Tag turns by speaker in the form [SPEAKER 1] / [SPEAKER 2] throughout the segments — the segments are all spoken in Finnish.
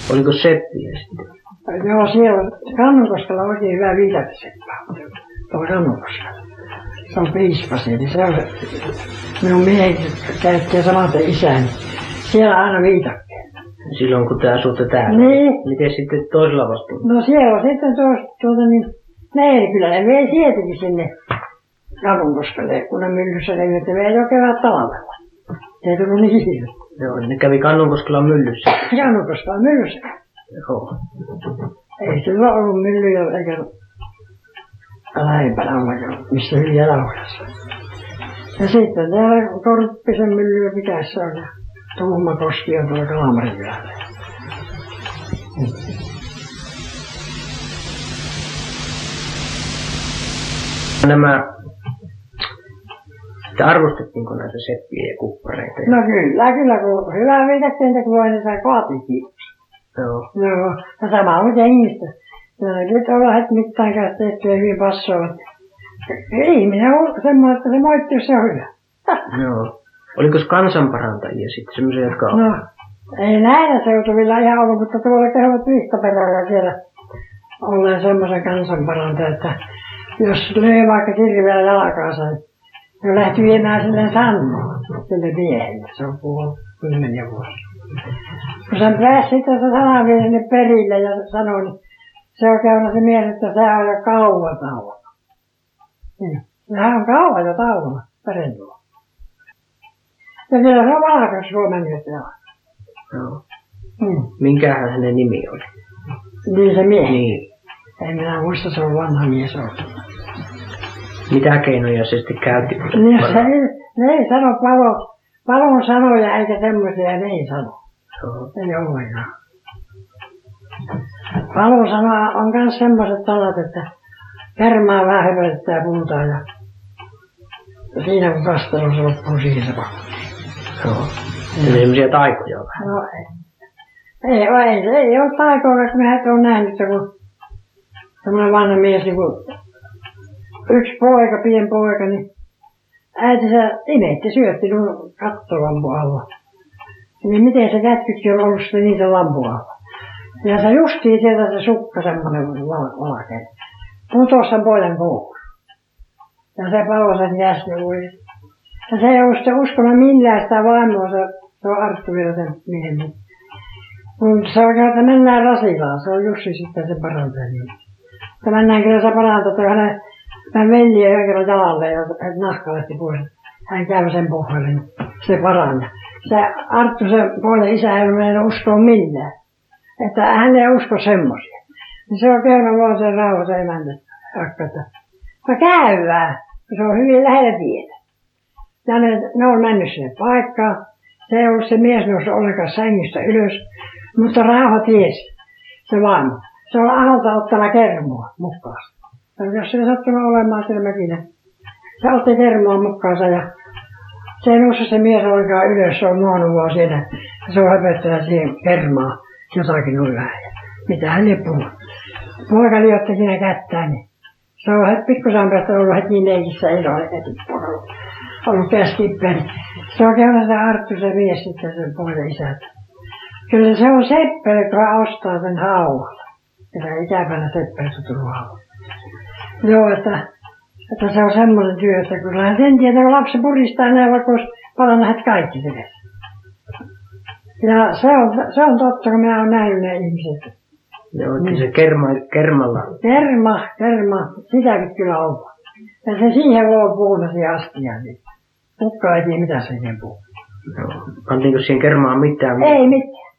[SPEAKER 1] Oliko seppiä sitten?
[SPEAKER 2] Joo, siellä Kannonkoskella on oikein hyvä viikateseppä. Tuo Kannonkoskella. Se on piispa siellä. Se on minun mieheni käytti samaten isäni. Siellä aina viikakkeen.
[SPEAKER 1] Silloin kun te asutte täällä?
[SPEAKER 2] Niin.
[SPEAKER 1] Miten sitten toisella vastuulla?
[SPEAKER 2] No siellä on sitten ne kyllä ne vei sieltäkin sinne Kannonkoskelle, kun ne myllyssä ne vei jo kevät talvella. Se ei tullut niin hirveä.
[SPEAKER 1] Joo, ne kävi Kannonkoskella myllyssä.
[SPEAKER 2] Kannonkoskella myllyssä.
[SPEAKER 1] Joo.
[SPEAKER 2] Ei sillä ollut myllyjä eikä lähempänä ollenkaan, missä hyviä lauhassa. Ja sitten täällä Korppisen myllyä pitäisi se on ja Tuhmakoski on tuolla Kalamarin kylällä.
[SPEAKER 1] Te arvostettiinko näitä seppiä ja kuppareita?
[SPEAKER 2] No kyllä, kun hyvää viikatteenta kun voi, niin sai kaatikin.
[SPEAKER 1] Joo.
[SPEAKER 2] Joo, ja sama on jengistä. Nyt on lähet mittaan kanssa tehty ja hyvin passoavat. Ihminen on semmoinen, että se moitti, jos se on hyvä.
[SPEAKER 1] Joo. Oliko kansanparantajia sitten semmoisia, jotka on?
[SPEAKER 2] No, ei näillä seutuvilla ihan ollut, mutta tuolla käyvät Vihtaperällä siellä olleen semmoisen kansanparantajan, että jos löi vaikka kirveellä jalkaansa, niin lähti viemään silleen sanoa sille miehelle. Se on puhunut 10 vuotta. Kun sen pääsi sitten se sana vielä sinne perille ja sanoi, niin se on käynyt se mies, että sehän on jo kauan tauolla. Niin, sehän on kauan jo tauolla, perentuolla. Ja kyllä se on valkas Suomen jalka.
[SPEAKER 1] Joo. Minkähän hänen nimi oli?
[SPEAKER 2] Niin se mies?
[SPEAKER 1] Niin.
[SPEAKER 2] Ei minä muista, se on vanha mies ollut.
[SPEAKER 1] Mitä keinoja se sitten käytti?
[SPEAKER 2] Niin, ne ei sano palon sanoja eikä semmoisia, ne ei sano.
[SPEAKER 1] Joo.
[SPEAKER 2] Ei ollenkaan. Palon sana on myös semmoiset sanat, että kermaa vähän höpöttää puhutaan ja siinä kun kastelu se loppuu siihen se pakko.
[SPEAKER 1] Joo. Eli semmoisia taikoja vähän.
[SPEAKER 2] No ei ole taikoja, kun minä et ole nähnyt, kun semmoinen vanha mies, niin kun yksi poika, pieni poika, niin äitinsä imetti, syötti noin kattolampun alla. Niin miten se kätkytkin on ollut sitten niitä lampun alla. Ja se justiin sieltä se sukka semmoinen valkea. Putosi sen pojan kouluun. Ja se paloi sen jäsniluille. Ja se ei ollut sitten uskonut millään sitä vaimoa, se on Arttu vielä sen miehen. Kun se on että mennään Rasilaan, se on Jussi sitten sen parantaja. Että mennään kyllä se parantaa, että hän veli yhden kerran jalalle ja nahka lähti pois. Hän käy sen pohjalle, niin se paranee. Se Arttu, se pojan isä, ei ole uskoa millään. Että hän ei usko semmoisia. Niin se on käynyt vaan sen rauhassa emäntä. Että no käydään, se on hyvin lähellä tietä. Ja ne on mennyt sinne paikkaan. Se ei ollut se mies noussut ollenkaan sängystä ylös, mutta rauha tiesi, se vaimo. Se on aholta ottanut kermoa mukaan. Jos se ei sattunut olemaan siellä mökillä. Se otti kermoa mukaansa ja se ei noussut se mies ollenkaan ylös, se on nuonut vaan siellä. Se on höpöttänyt siihen kermaa jotakin noin vähän. Mitä hän ei puhu. Poika liotti siinä kättään, niin se on pikkusen päästä ollut heti leikissä, ei ole heti ollut käskipäin. Se on käynyt sitä Arttu se mies sitten sen pojan isältä. Kyllä se on seppä, joka ostaa sen hauvalla. Ja se ikäpäivänä seppäästä tullut hauvalla. Joo, että se on semmoinen työ, että kyllähän sen tietää, kun lapsi puristaa näin, vaikka olisi palannut kaikki vedessä. Ja se on totta, kun minä olen nähnyt ne ihmiset.
[SPEAKER 1] Joo, että se kermalla.
[SPEAKER 2] Kerma, sitäkin kyllä on. Ja se siihen voi puhunut siihen astiaan. Kukaan ei tiedä, mitä se siihen puhuu.
[SPEAKER 1] Joo. Pantiinko siihen kermaan mitään?
[SPEAKER 2] Ei mitään.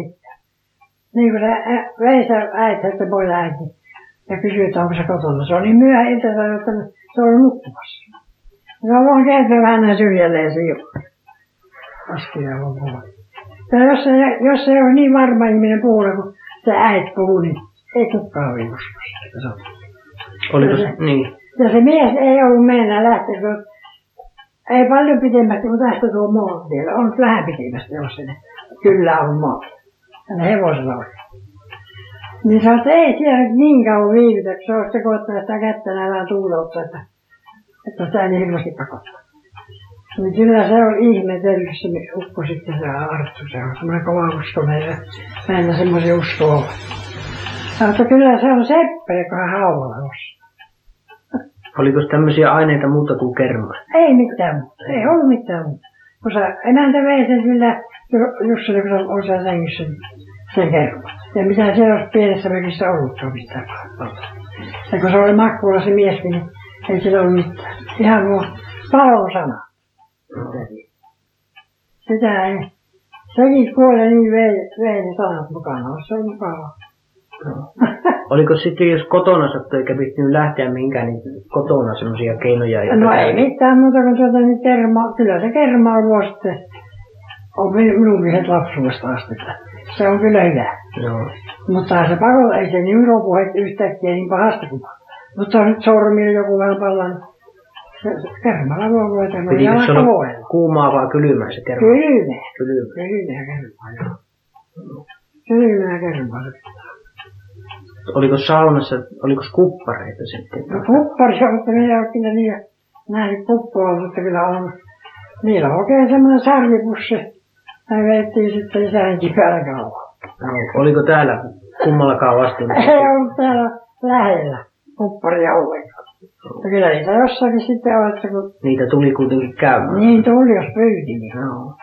[SPEAKER 2] Niin kuin se vei se äiti, että pojan äiti. Ja kysyi, että onko se kotona. Se oli niin myöhä iltapäivä, että se oli nukkumassa. Se on vaan käynyt vähän syrjälleen sijoilla. Askia on puhunut. Ja jos se ei ole niin varma ihminen puhunut, kun se äiti puhuu, niin ei kukaan ole uskossa.
[SPEAKER 1] Oliko se? Niin.
[SPEAKER 2] Ja se mies ei ollut mennä lähteä, kun ei paljon pitemmästi, mutta tästä tuo maa vielä. On vähän pitemmästi, jos sinne kyllä on maa. Ja ne hevosella oli. Niin sanoi, että ei siellä nyt niin kauan viivytä, kun se olisi sekoittanut sitä kättä vähän tuuleutta, että sitä ei niin hirveästi pakottaa. Niin kyllä se on ihmetellyt se ukko sitten se Arttu. Se on semmoinen kova uskonen ja mä en semmoisia uskoa. Mutta kyllä se on seppä, joka hauvalla ostaa.
[SPEAKER 1] Oliko tämmöisiä aineita muuta kuin kermaa?
[SPEAKER 2] Ei mitään muuta. Ei ollut mitään muuta. Kun sä emäntä vei sen sillä Jussille, kun se on siellä sängyssä, niin sen kermaa. Ja mitä siellä olisi pienessä mökissä ollutkaan mitään. Ja kun se oli Makkulla se mies, niin ei sillä ollut mitään. Ihan nuo palosana. Sitä ei. Sekin kuoli niin vei ne sanat mukana. Se on mukavaa.
[SPEAKER 1] No. Oliko sitten, jos kotona sattui eikä pitänyt lähteä mihinkään, niin kotona semmoisia keinoja?
[SPEAKER 2] No ei mitään muuta kuin niin kermaa. Kyllä se kermaa on sitten. On minun yhdet lapsuudesta asti. Se on kyllä hyvä.
[SPEAKER 1] Joo.
[SPEAKER 2] Mutta se pakolla ei se niin lopu yhtäkkiä niin pahasta kuin. Mutta on nyt sormilla joku vähän pallan. Se kermalla voi voitella.
[SPEAKER 1] Pitikö se olla kuumaa vai kylmää se kerma?
[SPEAKER 2] Kylmää.
[SPEAKER 1] Kylmää.
[SPEAKER 2] Kylmää kermaa, joo. Kylmää kermaa.
[SPEAKER 1] Oliko saunassa, oliko kuppareita sitten?
[SPEAKER 2] No kupparia, mutta minä olen kyllä niitä nähnyt kuppoa, mutta kyllä on. Niillä on oikein semmoinen sarvipussi. Me veittiin sitten isänkin päällä kauan.
[SPEAKER 1] No, oliko täällä kummallakaan vastuun?
[SPEAKER 2] Ei ollut täällä lähellä kupparia ollenkaan. Ja kyllä niitä jossakin sitten on, että kun...
[SPEAKER 1] Niitä tuli kuitenkin käymään.
[SPEAKER 2] Niin tuli, jos pyyti. Niin.
[SPEAKER 1] Joo.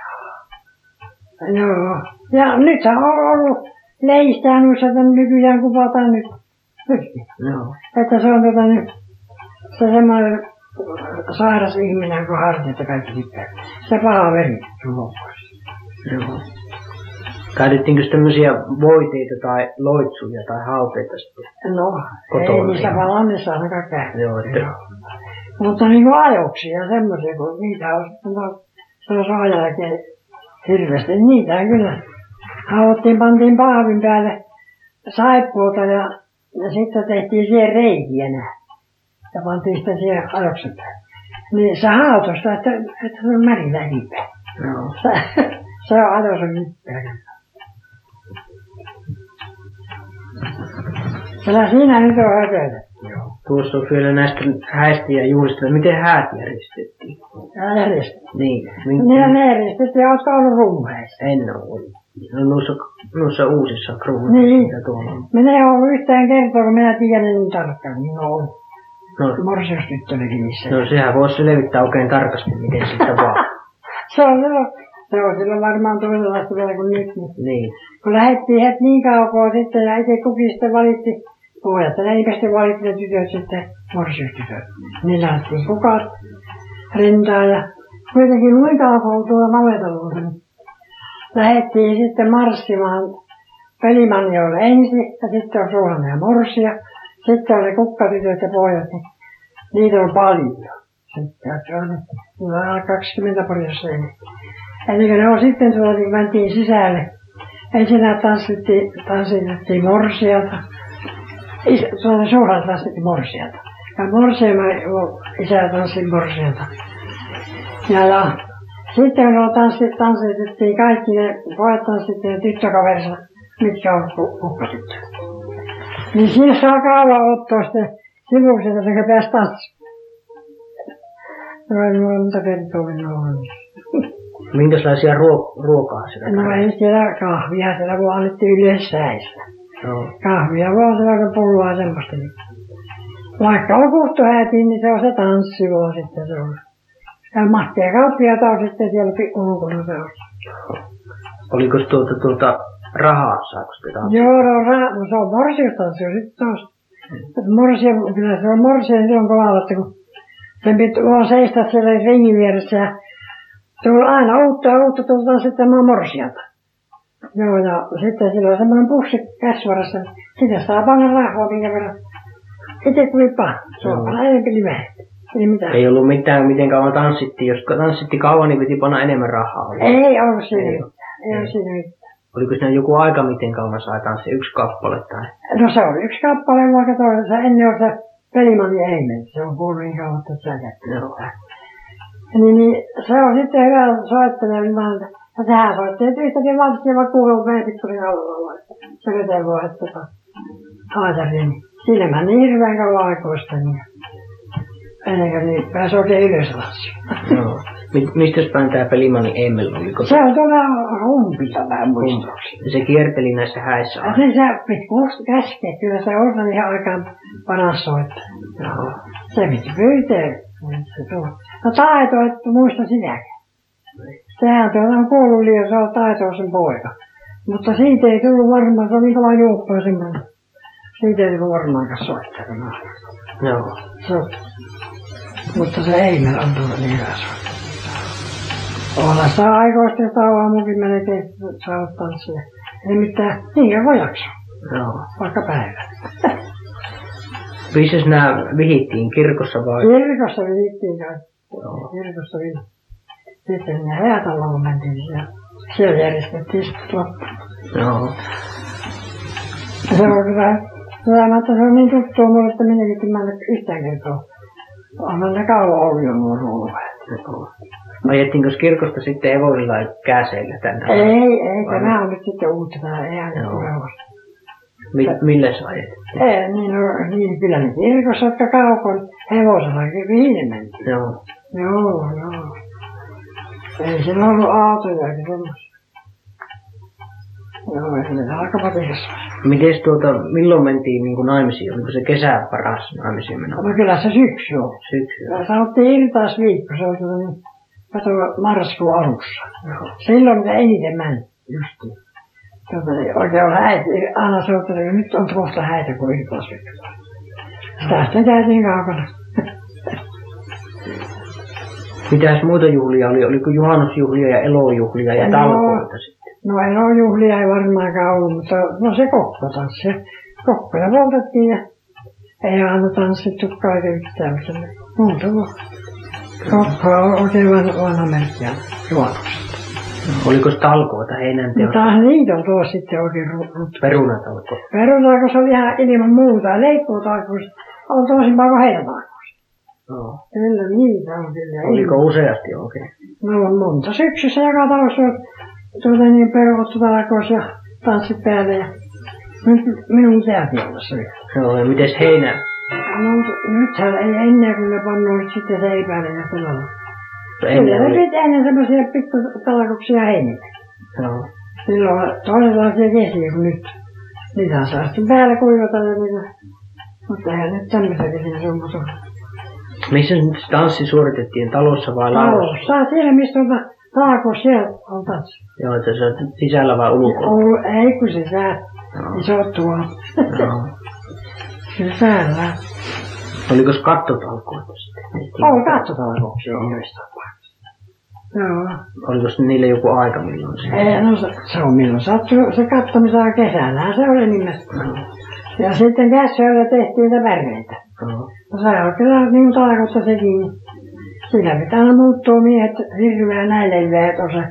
[SPEAKER 2] Joo. Ja nythän on ollut leistään noissa, että nykyään kuvataan nyt.
[SPEAKER 1] Joo.
[SPEAKER 2] Että se on nyt se semmoinen sairas ihminen, kun hartiat ja kaikki sitten. Se paha veri luopuisi.
[SPEAKER 1] Joo. Käytettiinkö tämmöisiä voiteita tai loitsuja tai hauteita sitten?
[SPEAKER 2] No,
[SPEAKER 1] kotona
[SPEAKER 2] ei niissä valannissa ainakaan käy.
[SPEAKER 1] Joo, että...
[SPEAKER 2] Mutta niin kuin ajoksia ja semmoisia, kun niitä on sitten sellaisen ajan jälkeen hirveästi. Niitä kyllä haudottiin, pantiin pahvin päälle saippuota ja sitten tehtiin siihen reikiä nää. Ja pantiin sitten siihen ajoksen päälle. Niin se hautoi sitä, että se on märillä hipeä.
[SPEAKER 1] Joo.
[SPEAKER 2] Se on ajosen hipeä. Kyllä siinä nyt on hötöitä.
[SPEAKER 1] Joo. Tuossa on vielä näistä häistä ja juhlista. Miten häät järjestettiin?
[SPEAKER 2] Järjestettiin.
[SPEAKER 1] Niin.
[SPEAKER 2] Ne järjestettiin, oletko ollut rummeissa?
[SPEAKER 1] En ole ollut. No noissa uusissa kruunuissa,
[SPEAKER 2] niin.
[SPEAKER 1] mitä tuolla on.
[SPEAKER 2] Minä en ollut yhtään kertaa, kun minä tiedän niin tarkkaan, niin on ollut.
[SPEAKER 1] No,
[SPEAKER 2] morsiustyttöllekin niissä.
[SPEAKER 1] No sehän voisi selvittää oikein tarkasti, miten sitä vaan.
[SPEAKER 2] Se on silloin varmaan toisenlaista vielä kuin nyt.
[SPEAKER 1] Niin.
[SPEAKER 2] Kun lähdettiin heti niin kaukaa sitten ja itse kukin sitten valitti pojat. Ja eipä sitten valitti ne tytöt sitten morsiustytöt. Niin lähdettiin kukat rintaan ja kuitenkin noin kaukaa tuolla navetalla. Niin lähdettiin sitten marssimaan Pelimanjoille ensin ja sitten on Suolanne ja Morsia. Sitten on ne kukkatytöt ja pojat, niin niitä on paljon. Sitten se on 20 porjassa. Eli ne on sitten tuolla, kun mentiin sisälle. Ensinnä tanssittiin morsiata. Tuolla Suolanne tanssittiin morsiata. Ja morsiama isä tanssi morsiata. Ja sitten kun tanssitettiin kaikki ne pojat tanssittiin ja tyttökaverissa, mitkä on kukkatyttöjä. Niin siinä saa kauan ottaa sitten sivuukset, että pääsi tanssimaan. Se oli monta kertaa minua.
[SPEAKER 1] Minkälaisia ruokaa siellä?
[SPEAKER 2] No ei siellä kahvia, siellä kun annettiin yleensä säistä.
[SPEAKER 1] Joo.
[SPEAKER 2] Kahvia vaan siellä pullaa ja semmoista. Vaikka on kutsuhäätiin, niin se on se tanssi vaan sitten se on. Ja mahtia kauppiaita on sitten siellä ulkona se on.
[SPEAKER 1] Oliko tuolta rahaa saako sitä tanssia?
[SPEAKER 2] Joo, no se on morsiustanssi sitten taas. Kyllä se on morsia, se on kovaa, että kun sen pitää vaan seistä siellä ringin vieressä ja tuli aina uutta tultaan sitten morsialta. Joo, ja sitten sillä on semmoinen pussi käsivarassa. Sitä saa panna rahaa, minkä verran itse kulipaa. Se on paljon enemmän livähti. Ei mitään.
[SPEAKER 1] Ei ollut mitään, miten kauan tanssittiin. Jos tanssitti kauan, niin piti panna enemmän rahaa.
[SPEAKER 2] Ei ollut siinä mitään. Ei ollut siinä mitään.
[SPEAKER 1] Oliko siinä joku aika, miten kauan sai tanssia? Yksi kappale tai?
[SPEAKER 2] No se on yksi kappale, vaikka toisessa. Ennen on se Pelimanni ei mene. Se on kuullut niin kauan, että sä käy. Niin se on sitten hyvä soittaminen. Ja sehän soitti, että yhtäkin valttia vaan kuuluu meepikkurin alueella. Se veteen voi, että haitaria. Niin siinä meni hirveän kauan aikoista. Niin. ennen kuin niin pääsi oikein ylös lassi.
[SPEAKER 1] Joo. Mistäs päin tää Pelimani Emel oli?
[SPEAKER 2] Se on tuolla Humpilta päin muistaakseni.
[SPEAKER 1] Se kierteli näissä häissä.
[SPEAKER 2] Ja se piti käskeä, kyllä se on ihan aikaan paras soittaa.
[SPEAKER 1] Joo.
[SPEAKER 2] Se piti pyytää. No Taito, et muista sitäkään. Sehän on kuollut liian, se on Taitoisen poika. Mutta siitä ei tullut varmaan, se on niin kova juoppa semmoinen. Siitä ei tullut varmaankaan soittaa.
[SPEAKER 1] Joo.
[SPEAKER 2] Mutta se Eimel on tullut niin hyvä soittaa. Olla saa aikoista jota aamukin melkein saa tanssia. Ei mitään, niin voi jaksaa.
[SPEAKER 1] Joo.
[SPEAKER 2] Vaikka päivä.
[SPEAKER 1] Missäs nää vihittiin? Kirkossa vai?
[SPEAKER 2] Kirkossa vihittiin kaikki.
[SPEAKER 1] Joo.
[SPEAKER 2] Kirkossa vihittiin. Sitten sinne häätaloon mentiin ja siellä järjestettiin sitten loppu.
[SPEAKER 1] Joo.
[SPEAKER 2] Se on kyllä, se on niin tuttua mulle, että minäkin mä en yhtään kertaa. Onhan ne kauan ollut jo nuo ruoat.
[SPEAKER 1] Ajettiinko kirkosta sitten Evolilla käseillä tänne?
[SPEAKER 2] Ei, tämä on nyt sitten uutta, tämä ei aina tulevasta.
[SPEAKER 1] Millä sä ajettiin?
[SPEAKER 2] Ei, niin kyllä ne kirkossa, jotka kaukon hevosellakin viine mentiin.
[SPEAKER 1] Joo.
[SPEAKER 2] Joo. Ei sillä ollut autojakin semmoisia. Joo, ei ne alkapatikassa.
[SPEAKER 1] Mites milloin mentiin niin kuin naimisiin? Oliko se kesä paras naimisiin meno?
[SPEAKER 2] No kyllä se syksy on.
[SPEAKER 1] Syksy.
[SPEAKER 2] Sanottiin irtaisviikko, se on marraskuun alussa.
[SPEAKER 1] Joo.
[SPEAKER 2] Silloin me eniten meni justiin. Oikein on häitä, aina se on, että nyt on kohta häitä kuin irtaisviikko. Tästä käytiin kaukana.
[SPEAKER 1] Mitäs muita juhlia oli? Oliko juhannusjuhlia ja elojuhlia ja talkoita sitten?
[SPEAKER 2] No elojuhlia ei varmaankaan ollut, mutta no se kokkotanssi. Kokkoja poltettiin ja ei aina tanssittu kaiken tämmöiselle. Muuta kuin kokkoa on oikein vanha merkkiä juhannuksesta.
[SPEAKER 1] Oliko talkoita heinänteosta?
[SPEAKER 2] Mutta niitä on tuossa sitten oikein
[SPEAKER 1] Perunatalko?
[SPEAKER 2] Perunatalko oli ihan ilman muuta. Leikkuutalko on toisimpaa kuin heinätalko.
[SPEAKER 1] Joo.
[SPEAKER 2] Kyllä niitä on kyllä.
[SPEAKER 1] Oliko useasti oikein?
[SPEAKER 2] No on monta syksyssä joka talossa on peruttu talkois ja tanssit päälle ja minun täältä oli.
[SPEAKER 1] Joo, ja mites heinä?
[SPEAKER 2] No nythän ei enää kun ne pannoo sitten seipäälle ja pelalla.
[SPEAKER 1] Ennen
[SPEAKER 2] Kyllä
[SPEAKER 1] oli.
[SPEAKER 2] ne piti ennen semmoisia pikkutalkoksia heinille.
[SPEAKER 1] Joo.
[SPEAKER 2] Silloin toisenlaisia kesiä kuin nyt. Niitä saa sitten päällä kuivata ja niitä. Mutta eihän nyt tämmöisiä kesiä semmoista ole.
[SPEAKER 1] Missä nyt tanssi suoritettiin? Talossa vai lauassa?
[SPEAKER 2] Talossa. Siellä mistä on talkossa siellä on tanssi.
[SPEAKER 1] Joo, että se on sisällä vai ulkolla?
[SPEAKER 2] Ei kun se sää. Iso tuolla.
[SPEAKER 1] Joo.
[SPEAKER 2] Sisällä.
[SPEAKER 1] Olikos kattotalkoita sitten?
[SPEAKER 2] On kattotalkouksia yhdessä tapauksessa. Joo.
[SPEAKER 1] Olikos niille joku aika milloin se?
[SPEAKER 2] Ei, no se on milloin sattuu se kattomisaa kesällähän se oli nimessä. Ja sitten käsöillä tehtiin niitä väreitä.
[SPEAKER 1] Joo.
[SPEAKER 2] No se on kyllä niin talkossa sekin. Siinä pitää aina muuttua miehet hirveän näileviä, että on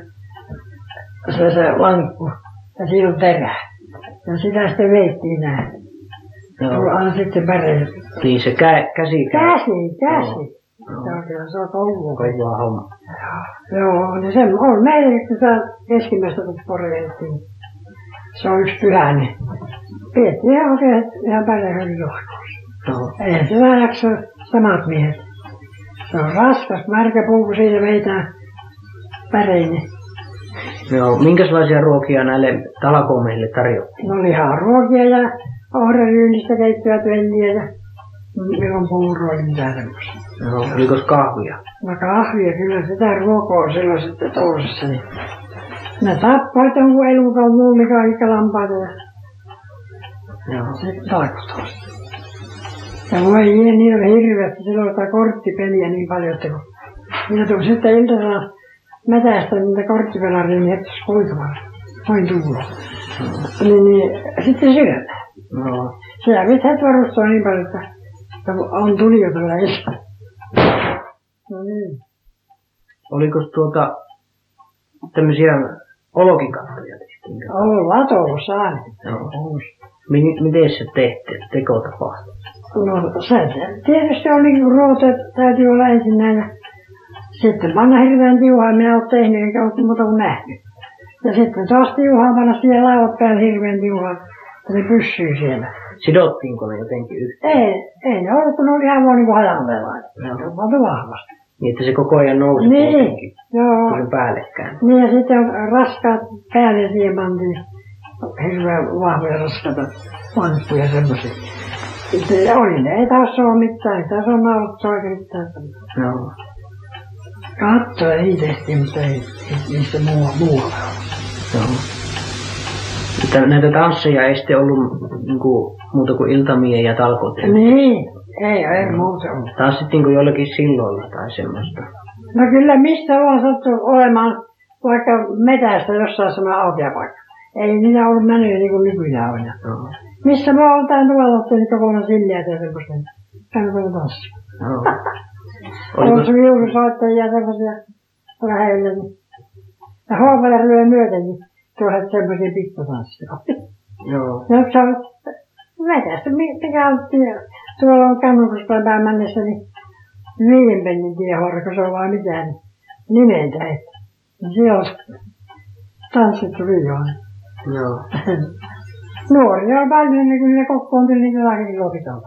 [SPEAKER 2] se lankku. Ja siinä on terä. Ja sitä sitten veittiin näin.
[SPEAKER 1] Joo.
[SPEAKER 2] Aina sitten väreitä.
[SPEAKER 1] Niin se käsi.
[SPEAKER 2] Käsi. Joo, kyllä se on kovaa.
[SPEAKER 1] Kovaa homma.
[SPEAKER 2] Joo, niin se on meille, kun se keskimmäistä kun porvettiin. Se on yksi pyhä, niin pidettiin ihan oikein ihan pärähön johkossa.
[SPEAKER 1] Joo.
[SPEAKER 2] Eihän se vähän jaksa samat miehet. Se on raskas, märkä puu, kun siitä veitään pärein.
[SPEAKER 1] Joo. Minkälaisia ruokia näille talkomiehille tarjottiin?
[SPEAKER 2] No liharuokia ja ohraryynistä keittyä tvelliä ja milloin puuroa ja mitään semmoista.
[SPEAKER 1] Joo. Olikos kahvia?
[SPEAKER 2] No kahvia, kyllä sitä ruokaa silloin sitten toisessa. Niin. Ne tappoivat jonkun elukan, mullikaan, lampaita ja
[SPEAKER 1] Joo.
[SPEAKER 2] sitten talkotaan. Ja voi jee, niillä oli hirveästi silloin sitä korttipeliä niin paljon, että kun niitä tuli sitten iltasella mätästä niitä korttipelaria, niin jättäisi kuivamaan. Voin tulla. Niin, sitten syömään.
[SPEAKER 1] Joo.
[SPEAKER 2] Siellä pitää varustua niin paljon, että on tulijoita lähellä. No niin.
[SPEAKER 1] Olikos tämmöisiä olkikattoja tehtiin?
[SPEAKER 2] On latossa aina.
[SPEAKER 1] Joo. Miten se teko tapahtui?
[SPEAKER 2] No se tietysti oli niin ruoteet, täytyy olla ensinnäin ja sitten panna hirveän tiuhaan, minä olen tehnyt eikä ole muuta kuin nähnyt. Ja sitten taas tiuhaan panna siihen lauat päälle hirveän tiuhaan että ne pysyy siellä.
[SPEAKER 1] Sidottiinko ne jotenkin yhteen?
[SPEAKER 2] Ei ne ollut, kun ne oli ihan vaan niinku hajanlevainen. Ne on pantu vahvasti.
[SPEAKER 1] Niin, että se koko ajan nousi kuitenkin.
[SPEAKER 2] Joo.
[SPEAKER 1] Kun se päällekkäin.
[SPEAKER 2] Niin, ja sitten raskaat päälle siihen pantiin hirveän vahvoja raskaita lankkuja semmoisia. Sitten oli ne, ei taas ole mitään, ei taas ole naulattu oikein mitään.
[SPEAKER 1] Joo.
[SPEAKER 2] Kattoja ei tehtiin, mutta ei niistä muualla ollut.
[SPEAKER 1] Joo. Mutta näitä tansseja ei sitten ollut niinku, muuta kuin iltamien ja talkoot.
[SPEAKER 2] Niin, ei muuta ollut.
[SPEAKER 1] Tanssittiinko jollakin silloilla tai semmoista?
[SPEAKER 2] No kyllä mistä vaan sattuu olemaan vaikka metästä jossain semmoinen aukea paikka. Ei niitä ollut mennyt niin kuin nykyään on.
[SPEAKER 1] Joo.
[SPEAKER 2] Missä mä oon tän tuolla niin kokonaan silliä tai semmoista. Käyn tanssia.
[SPEAKER 1] Joo.
[SPEAKER 2] On sun juurisoittajia semmoisia lähellä. Ja Huopajärveä myötenkin tuollaset semmoisia pikkutansseja.
[SPEAKER 1] Joo.
[SPEAKER 2] Ja se on metästä, mikä oltiin tuolla on Kannukospäivään mennessä, niin 5 pennin tiehorko, se on vaan mitään nimeitä. Niin siellä on tanssittu viivoon.
[SPEAKER 1] Joo.
[SPEAKER 2] Nuoria on paljon, niin kun ne kokoontui, niin jotakin lopitalla.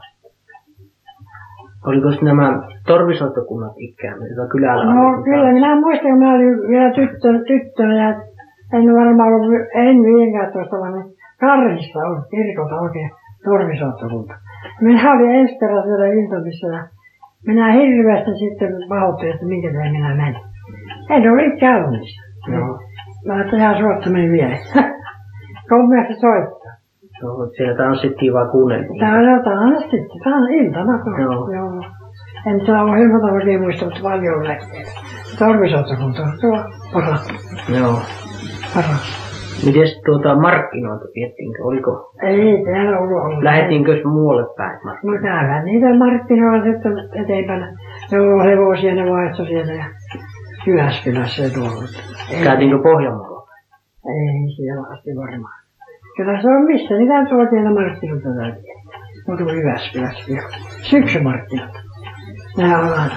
[SPEAKER 1] Oliko nämä torvisoittokunnat ikään, jotka kylällä oli?
[SPEAKER 2] No kyllä, minä muistan, kun minä olin vielä tyttönä ja en varmaan ollut, en 15, vaan Karhissa ollut kirkolta oikein torvisoittokunta. Minä olin ensi kerran siellä Iltomissa ja minä hirveästi sitten pahoittelin, että minkä tähän minä menin. En ole käynnissä.
[SPEAKER 1] Joo.
[SPEAKER 2] Mä ajattelin ihan suottamani vielä. Kommeasti soittaa.
[SPEAKER 1] Joo, siellä tanssittiin vaan kuunneltiin.
[SPEAKER 2] Täällä tanssittiin. Tää on iltana. Joo. En saa ohjelmata oikein muista, mutta paljon lähtee. Torvisoittokunta on tuo paras.
[SPEAKER 1] Joo.
[SPEAKER 2] Paras.
[SPEAKER 1] Mites markkinoita piettiinkö? Oliko?
[SPEAKER 2] Ei täällä ollut.
[SPEAKER 1] Lähettiinkö muualle päin
[SPEAKER 2] No
[SPEAKER 1] markkinoille?
[SPEAKER 2] täällä niitä markkinoilla sitten eteenpäin. Ne on hevosia, ne vaihtoi siellä ja Jyväskylässä ja tuolla.
[SPEAKER 1] Käytiinkö Pohjanmaalla?
[SPEAKER 2] Ei siellä asti varmaan. Kyllä se on missä niitä tuotiin ne markkinoita täytyy. Mutta kuin Jyväskylässä vielä. Syksymarkkinat. Nämä on aina.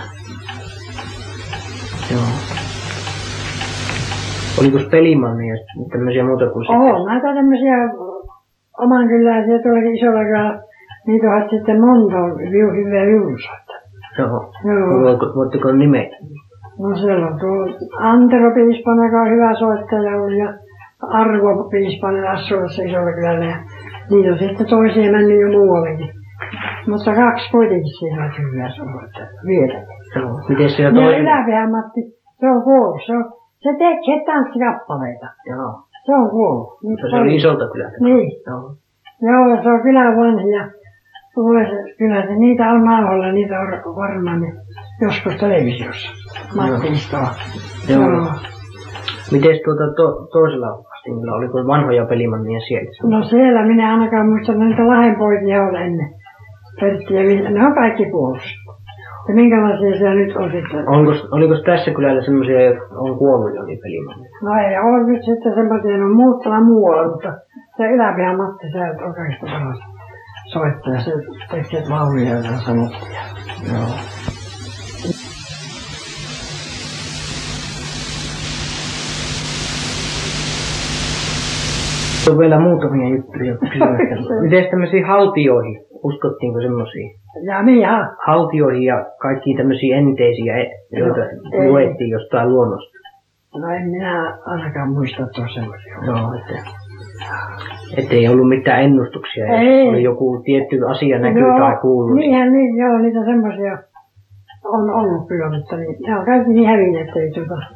[SPEAKER 1] Joo. Oliko pelimanneja tämmöisiä muuta kuin sitten?
[SPEAKER 2] Näitä tämmöisiä oman kyläisiä tuollakin isolla kylällä. Niitä on sitten monta hyviä viulusoita.
[SPEAKER 1] Joo.
[SPEAKER 2] Joo.
[SPEAKER 1] Voitteko nimetä?
[SPEAKER 2] No siellä on tuo Antero Piispanen, joka on hyvä soittaja ollut, ja Arvo Piispanen Assulassa isolla kylällä. Ja niitä on sitten toisia mennyt jo muuallekin. Mutta 2 kuitenkin siinä on hyviä soittajia vieläkin.
[SPEAKER 1] Joo. Miten siellä
[SPEAKER 2] Ja
[SPEAKER 1] toinen?
[SPEAKER 2] Yläpään Matti, se on kuollut. Se tekee tanssikappaleita.
[SPEAKER 1] Joo.
[SPEAKER 2] Se on kuollut.
[SPEAKER 1] Mutta se oli isolta kylältä.
[SPEAKER 2] Niin.
[SPEAKER 1] Joo.
[SPEAKER 2] Joo, ja se on kylän vanhi ja kyllä se niitä on nauhalla, niitä on varmaan joskus televisiossa. Matti Istola.
[SPEAKER 1] Joo. Mites toisella vastingilla, oliko vanhoja pelimannia siellä?
[SPEAKER 2] No siellä minä ainakaan muista, niitä Lahdenpoikia oli ennen. Pertti ja Ville, ne on kaikki kuollut. Ja minkälaisia siellä nyt on sitten?
[SPEAKER 1] Oliko tässä kylällä semmoisia, jotka on kuollut jo niin pelimannia?
[SPEAKER 2] No ei ole nyt sitten semmoisia, ne on muuttala muualla, mutta se Yläpihan Matti, se on kaikista paras soittaja. Se tekee lauluja ja sanottia.
[SPEAKER 1] Joo. On vielä muutamia juttuja kysyä. Miten tämmöisiä haltioihin? Uskottiinko semmosia?
[SPEAKER 2] Ja minä.
[SPEAKER 1] Haltioihin ja kaikkia tämmöisiä enteisiä, joita luettiin jostain luonnosta.
[SPEAKER 2] No en minä ainakaan muista, että on semmoisia.
[SPEAKER 1] Joo, ettei ollut mitään ennustuksia.
[SPEAKER 2] Ei.
[SPEAKER 1] Oli joku tietty asia näkyy tai kuullut.
[SPEAKER 2] Niinhän joo, niitä semmoisia on ollut kyllä, mutta ne on kaikki niin hävinneet, ettei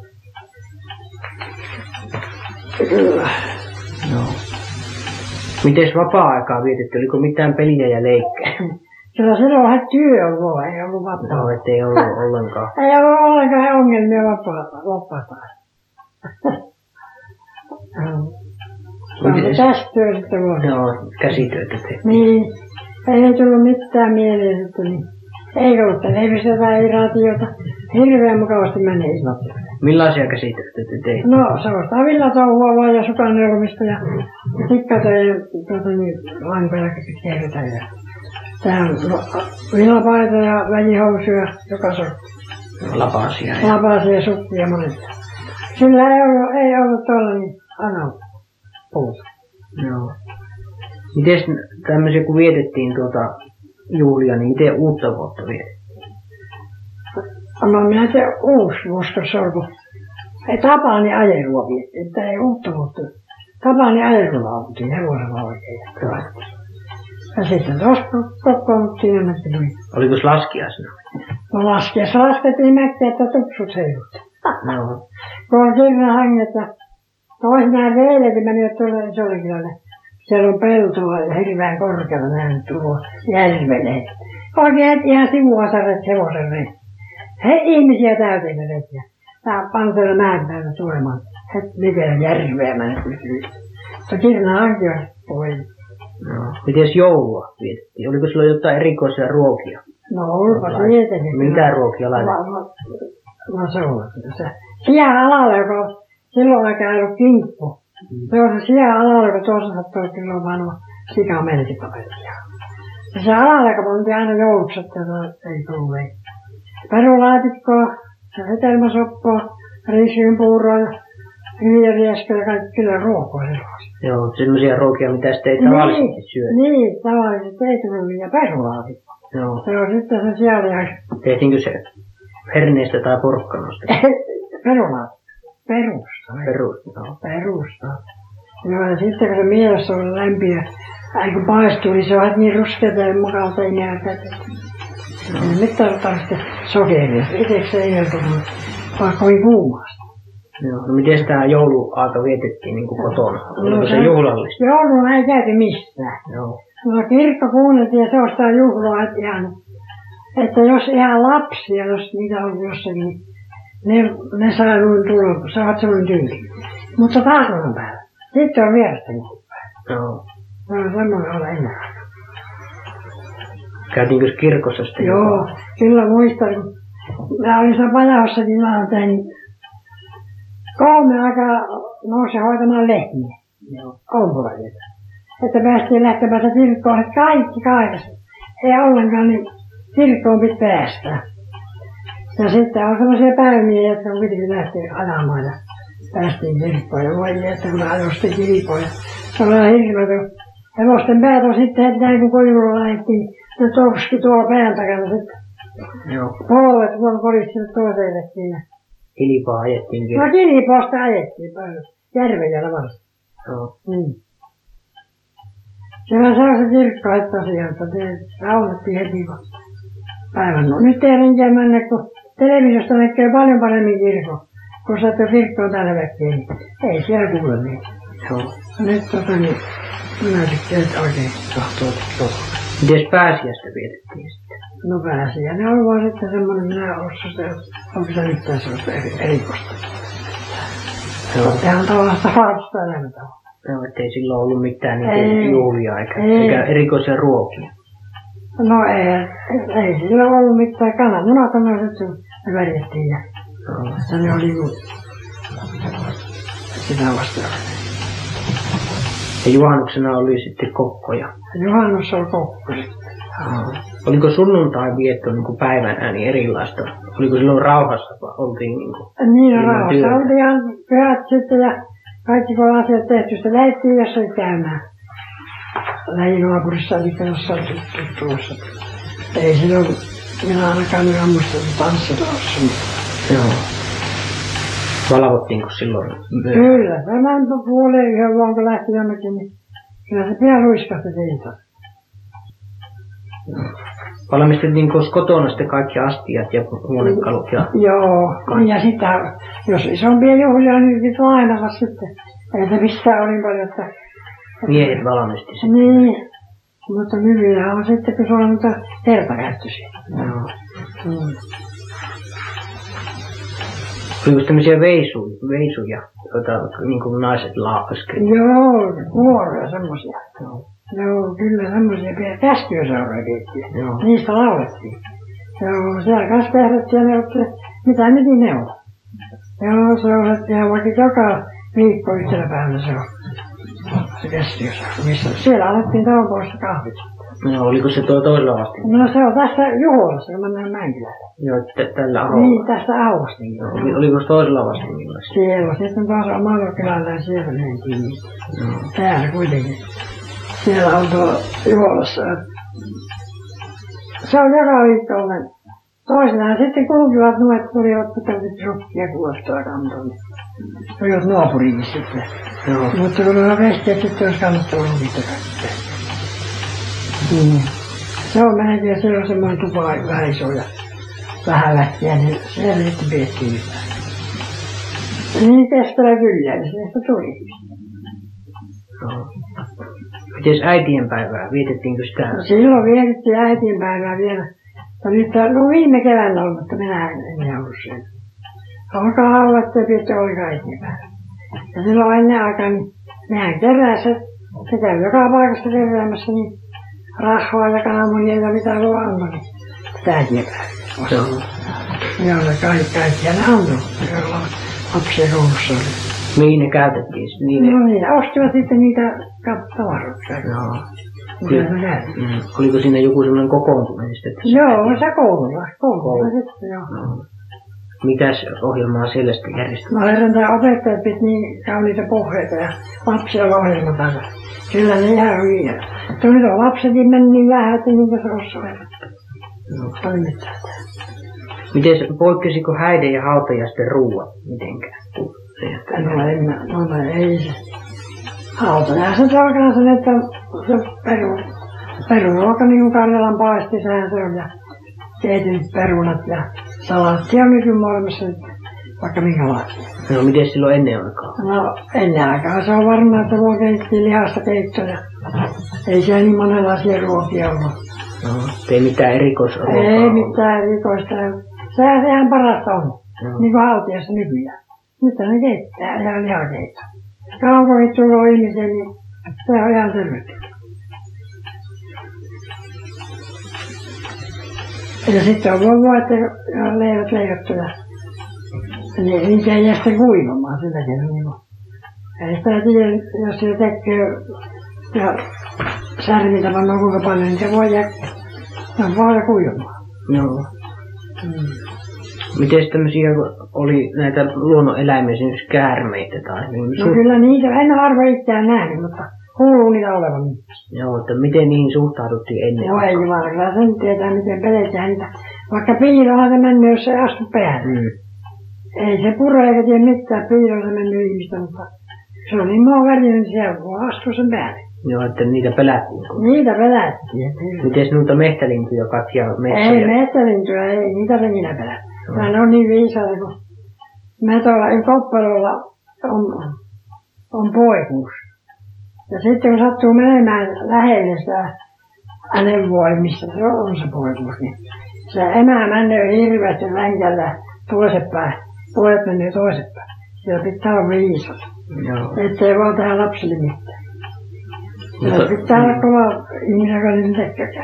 [SPEAKER 2] Kyllä.
[SPEAKER 1] Joo. Mites vapaa-aikaa vietetty? Oliko mitään peliä ja leikkejä?
[SPEAKER 2] Kyllä silloinhan työ on ollut, ei ollut vapaa.
[SPEAKER 1] No, ettei ollut ollenkaan.
[SPEAKER 2] Ei ollut ollenkaan ongelmia vapaata. Tästä työ sitten voi.
[SPEAKER 1] Joo, käsityötä tehtiin.
[SPEAKER 2] Niin, ei tullut mitään mieleen sitten. Niin. Ei ollut televisiota, ei radiota. Hirveän mukavasti meni illat.
[SPEAKER 1] Millaisia käsitöitä te teitte?
[SPEAKER 2] No, sellaista villatouhua vaan ja sukanneulomista ja tikkatöjä, lankoja kehdytä. Tää on villapaita ja välihousuja, joka sortti.
[SPEAKER 1] Lapasia.
[SPEAKER 2] Lapasia, sukkia monetta. Sillä ei ollut tuolla niin aina puuta.
[SPEAKER 1] Joo. Miten tämmöisiä kun vietettiin juhlia, niin miten uutta vuotta vietettiin?
[SPEAKER 2] No minä tiedän uusi vuosi, se on kun ei Tapani ajelua vietettiin, että ei uutta vuotta. Tapani ajelua oltiin hevosella oikein. Ja sitten tuossa kokoonnuttiin jonnekin noin.
[SPEAKER 1] Oliko laskiaisena?
[SPEAKER 2] No laskiessa laskettiin mäkkiä, että tupsut heilut.
[SPEAKER 1] No.
[SPEAKER 2] Kun on Kirnahanget ja toisinaan veillekin menivät tuolle Isollekylälle. Siellä on peltoa ja hirveän korkealla näin tuo järvelle. Oikein ihan sivuasaret hevosen reet. He ihmisiä täyteen ne reet. Tää panteella mäen päällä tulemaan. Heti likellä järveä mennä. Mutta Kirnahanki on pois.
[SPEAKER 1] No. Mites joulua vietettiin? Oliko sillä jotain erikoisia ruokia?
[SPEAKER 2] No olipa tietenkin.
[SPEAKER 1] Mitä ruokia laitettiin?
[SPEAKER 2] No se on se. Sian-alalla, joka on silloin aikaan ollut kimppu. Se on se sian-alalla, joka tuossa sattui silloin vanha sikamelkipaperia. Ja se alalla, joka pantiin aina jouluksi, että ei tullut ei. Perulaatikkoa, se hetelmäsoppoa, riisiynpuuroa ja hyviä riesköjä ja kaikki kyllä ruokoa sellaisia.
[SPEAKER 1] Joo, sellaisia ruokia, mitä sitten ei tavallisesti syödä.
[SPEAKER 2] Niin, tavallisesti ei tullut ja perulaatikko.
[SPEAKER 1] Joo.
[SPEAKER 2] Se on sitten se sianlihaksi.
[SPEAKER 1] Tehtiinkö se herneestä tai porkkanosta?
[SPEAKER 2] Perulaatikko. Perusta.
[SPEAKER 1] Joo.
[SPEAKER 2] Perusta. Joo, ja sitten kun se mielessä on lämpiä, kun paistuu, niin se on niin ruskeata ja mukavalta ei näe tätä. Nyt tarvitaan sitten sokeria. Itseksi ei ole tullut, vaan kovin kuumasta.
[SPEAKER 1] Joo, no miten sitä jouluaika vietettiin niin kuin kotona? Oliko se juhlallista?
[SPEAKER 2] Jouluna ei käyty missään.
[SPEAKER 1] Joo.
[SPEAKER 2] No kirkko kuunneltiin ja se on sitä juhlaa, että jos ihan lapsia, jos niitä on jossakin, ne saa noin tulla, saavat semmoinen tyyli. Mutta tahdon päällä. Sitten on vierestä juhlapäivä.
[SPEAKER 1] Joo.
[SPEAKER 2] Se on semmoinen olla ennen.
[SPEAKER 1] Käytiinkö kirkossa sitten?
[SPEAKER 2] Joo, kyllä muistan, kun mä olin siinä Pajahossakin maanantain, niin 3 aikaa nousi hoitamaan lehmiä.
[SPEAKER 1] Joo.
[SPEAKER 2] Aamupuolella. Että päästiin lähtemässä kirkkoon, että kaikki kaivasi. Ei ollenkaan, niin kirkkoon piti päästä. Ja sitten on sellaisia päiviä, jotka kuitenkin lähti ajamaan ja päästiin kirkkoon. Ja voi että kun ajosti kilpoja. Se oli ihan hirveä. Hevosten päät on sitten heti näin kun koivulla lähdettiin. Ne torski tuolla pään takana sitten.
[SPEAKER 1] Joo.
[SPEAKER 2] Polvet tuolla kodissa sinne toiseellekin.
[SPEAKER 1] Kilpaa ajettiin
[SPEAKER 2] No kilpausta ajettiin paljon. Järvellä vasta.
[SPEAKER 1] Joo.
[SPEAKER 2] Niin. Siellä saa se kirkko, että tosiaan, että rauhattiin heti päivän. No nyt ei renkää mennä, kun televisiosta näkee paljon paremmin kirkko. Kun sä et ole kirkkoon tällä väkkiä, niin ei siellä kuule niin.
[SPEAKER 1] Joo.
[SPEAKER 2] Nyt niin, minä tykkään oikein tahtoa tuolla.
[SPEAKER 1] Mites pääsiäistä vietettiin sitten?
[SPEAKER 2] No pääsiä. Ne on vaan sitten semmoinen, minä ossa se, onko se nyt sellaista erikoista.
[SPEAKER 1] Joo.
[SPEAKER 2] Ihan tavallista harrasta elämäntavaa.
[SPEAKER 1] Joo, ettei silloin ollut mitään niitä juhlia eikä erikoisia ruokia.
[SPEAKER 2] No ei sillä ollut mitään kananmunat on sitten me värjettiin ja ne oli sitä vastaan.
[SPEAKER 1] Ja juhannuksena oli sitten kokkoja.
[SPEAKER 2] Juhannus on kokko.
[SPEAKER 1] Oliko sunnuntai vietto niin kuin päivänä niin erilaista? Oliko silloin rauhassa vai oltiin niin kuin
[SPEAKER 2] niin rauhassa oltiin ihan pyhät sitten ja kaikki kun asiat tehty, sitä lähdettiin jossain käymään. Lähinaapurissa eli jossain tuttuussa. Ei silloin, minä ainakaan nyt ammusta tanssituossa.
[SPEAKER 1] Joo. Valvottiinko silloin?
[SPEAKER 2] Kyllä, tämän puoleen yhden vaan kun lähti jonnekin, niin kyllä se pian luiskahti siitä.
[SPEAKER 1] Valmistettiinko kotona sitten kaikki astiat ja huonekalut?
[SPEAKER 2] Joo, ja sitä, jos isompia juhlia, niin piti lainata sitten. Ei se missään oli paljon, että
[SPEAKER 1] miehet valmisti sen.
[SPEAKER 2] niin, mutta nykyään on sitten, kun se on niitä kertakäyttöisiä.
[SPEAKER 1] Joo.
[SPEAKER 2] Mm.
[SPEAKER 1] Oliko tämmöisiä veisuja, joita niin kuin naiset laskelivat?
[SPEAKER 2] Joo, kuoroja semmosia. Joo, kyllä semmosia käskyöseuroja pidettiin.
[SPEAKER 1] Joo.
[SPEAKER 2] Niistä laulettiin. Joo, siellä kanssa kehrättiin ja ne otti, mitä miten ne on. Joo, se on, että ihan vaikka joka viikko yhtenä päivänä se on. Se käskyöseura, missä siellä alettiin talon poissa kahvit.
[SPEAKER 1] No, oliko se toisella asti?
[SPEAKER 2] No se on tässä Juholassa, kun mennään Mänkilään.
[SPEAKER 1] Joo, tällä aholla.
[SPEAKER 2] Niin, tässä Auvastin.
[SPEAKER 1] Oliko se toisella vastingilla?
[SPEAKER 2] Siellä, sitten taas omalla kylällä ja siellä mentiin. Täällä kuitenkin. siellä on tuolla Juolassa. Se on joka viikkoinen. Toisinaan sitten kulkivat nuoret tulivat pitävät sukkia kuulostaa kantoon. Tulivat naapuriin sitten.
[SPEAKER 1] Joo.
[SPEAKER 2] Mutta kun ne vehkeet sitten olisi kannattanut lukita kaikkea. Se on melkein siellä on semmoinen tupa vähän iso ja vähän vähkiä, niin siellä sitten pidettiin hyvää. Niin keskellä kyllä, niin sieltä tuli.
[SPEAKER 1] Joo. Mites äitienpäivää? Vietettiinkö sitä?
[SPEAKER 2] No silloin vietettiin äitienpäivää vielä. No viime keväänä ollut, mutta minä en ollut siellä. Alkaa olla, että pidetty oli äitienpäivää. Ja silloin ennen aikaa, niin nehän keräsi, se käy joka paikasta keräämässä, niin rahaa ja kananmunia ja mitä luo antoi, niin sitä äitienpäivää. Joo, ne kaikkia ne antoi, joilla lapsia koulussa oli.
[SPEAKER 1] Mihin ne käytettiin?
[SPEAKER 2] No niin, ostivat sitten niitä tavaroita.
[SPEAKER 1] Joo.
[SPEAKER 2] Oliko
[SPEAKER 1] siinä joku sellainen kokoontuminen sitten?
[SPEAKER 2] Joo, se koululla sitten, joo.
[SPEAKER 1] No. Mitäs ohjelmaa siellä sitten järjestettiin?
[SPEAKER 2] No herran opettajat piti niin kauniita pohjeita ja lapsilla ohjelmatalla. Kyllä ne ihan hyviä. Nyt on lapsetkin mennyt niin vähän, että niitä se osaa. Toimittaa.
[SPEAKER 1] Miten poikkesiko häiden ja hautajaisten ruuat mitenkään?
[SPEAKER 2] No ei se. Hautajaiset alkaa sen, että se perunoka niin kuin Karjalan paisti, sehän se on ja keitynyt perunat ja salaattia on nyt molemmissa vaikka minkälaisia.
[SPEAKER 1] No miten silloin ennen aikaa?
[SPEAKER 2] No ennen aikaa se on varmaan, että voi keittiin lihasta keittoja. Ei siellä niin monenlaisia ruokia ollut.
[SPEAKER 1] No, ei mitään erikoisruokaa.
[SPEAKER 2] Ei mitään erikoista. Sehän ihan parasta on. No. Niin kuin haltiassa nykyään. Nyt ne keittää ihan lihakeittoa. Kaupunit tulee ihmisiä, niin se on ihan tervetuloa. Ja sitten on voita ja leivät leikattuja. Niin niitä ei jää sitten kuivamaan silläkin. Niin ei sitä tiedä, jos se tekee ja särvintä pannaan kuinka paljon, niin se voi jää vaan kuivamaan.
[SPEAKER 1] Joo. Miten tämmöisiä oli näitä luonnoneläimiä, esimerkiksi käärmeitä tai niin?
[SPEAKER 2] No kyllä niitä, en harva itseään nähnyt, mutta kuuluu niitä olevan.
[SPEAKER 1] Joo, että miten niihin suhtauduttiin ennen?
[SPEAKER 2] Joo, ei jumala, kyllä sen tietää miten peletään niitä. Vaikka piilohan se mennyt, jos se astu päälle. Ei se pure eikä tiedä mitään, piiloon se mennyt ihmistä, mutta se on niin maan värinen, niin siellä voi astua sen päälle.
[SPEAKER 1] Joo, että niitä pelättiin.
[SPEAKER 2] Niitä pelättiin.
[SPEAKER 1] Miten noita mehtälintuja, Katja, metsäjä?
[SPEAKER 2] Ei mehtälintuja, ei niitä renginä pelätty. Ne on niin viisaita, kun me tuolla Koppalolla on poikuus. Ja sitten kun sattuu menemään lähelle sitä neuvoa, missä se on se poikuus, niin se emä menee hirveästi ränkällä toisepäin. Pojat menee toisepäin. Siellä pitää olla viisat. Ettei vaan tehdä lapsille mitään. Siellä pitää olla kova ihminen, joka niitä tekee.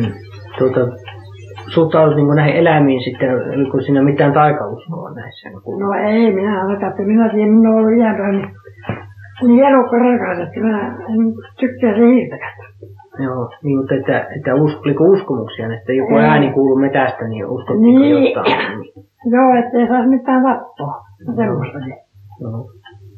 [SPEAKER 1] Suhtaudut niin näihin eläimiin sitten, oliko siinä mitään taikauskoa näissä?
[SPEAKER 2] No ei, minä tiedän, minä olen ollut iänpäin niin elukka rakas, että minä en tykkää se hiirtäkään.
[SPEAKER 1] Joo, niin, mutta että oliko uskomuksia, että joku ääni kuuluu metästä, niin uskottiinko
[SPEAKER 2] niin,
[SPEAKER 1] jotain?
[SPEAKER 2] Joo, ettei saisi mitään tappoa. Semmoistakin.
[SPEAKER 1] Joo.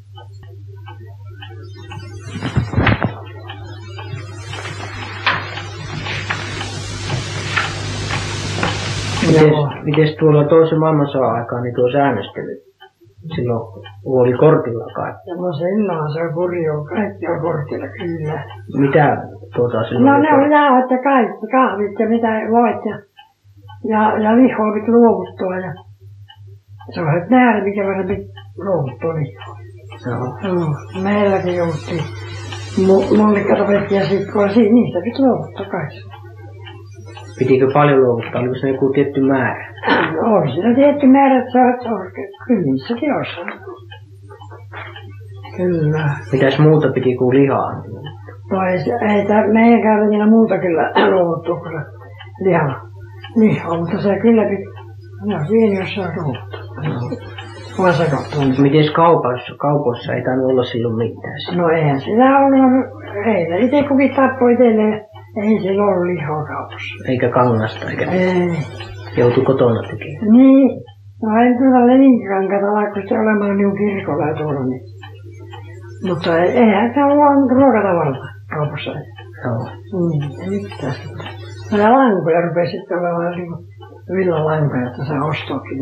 [SPEAKER 1] Mites tuolla toisen maailmansodan aikaan niin tuo säännöstely? Silloin oli kortilla kai.
[SPEAKER 2] No silloin se on kurjaa. Kaikki on kortilla, kyllä.
[SPEAKER 1] Mitä silloin?
[SPEAKER 2] No ne on jauhot ja kaikki, kahvit ja mitä voit ja lihoa piti luovuttua. Ja se on nyt nähdä, mikä verran piti luovuttua lihoa. Joo. Meilläkin jouttiin mullikatopettiin ja sitten niistä piti luovuttua kaikki.
[SPEAKER 1] Pitikö paljon luovuttaa? Oliko se joku tietty määrä?
[SPEAKER 2] Oli siinä tietty määrä, että se on kyllä niissäkin osaa. Kyllä.
[SPEAKER 1] Mitäs muuta piti kuin lihaa?
[SPEAKER 2] No ei meidän käytännössä muuta kyllä luovuttua kuin lihaa, mutta se kyllä piti. No siinä jossain luovuttua. Vaan se kohtuu.
[SPEAKER 1] Mites kaupoissa ei tainnut olla silloin mitään?
[SPEAKER 2] No eihän sitä ollut. Ei itse kukin tappoi itselleen. Ei sillä ollut lihaa kaupassa.
[SPEAKER 1] Eikä kangasta eikä
[SPEAKER 2] ei.
[SPEAKER 1] Joutui kotona tekemään.
[SPEAKER 2] Niin. No en kyllä leninkikankaita vaikka se olemaan niin kirkolla tuolla. Niin. Mutta eihän se ollut ruokatavarta kaupassa.
[SPEAKER 1] Joo.
[SPEAKER 2] Ei mitään. Nämä lankoja rupesi sitten olemaan niin kuin villalankoja, että saa ostoakin.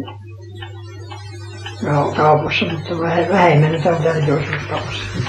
[SPEAKER 2] Kaupassa, mutta vähemmän nyt on täällä osuuskaupassa.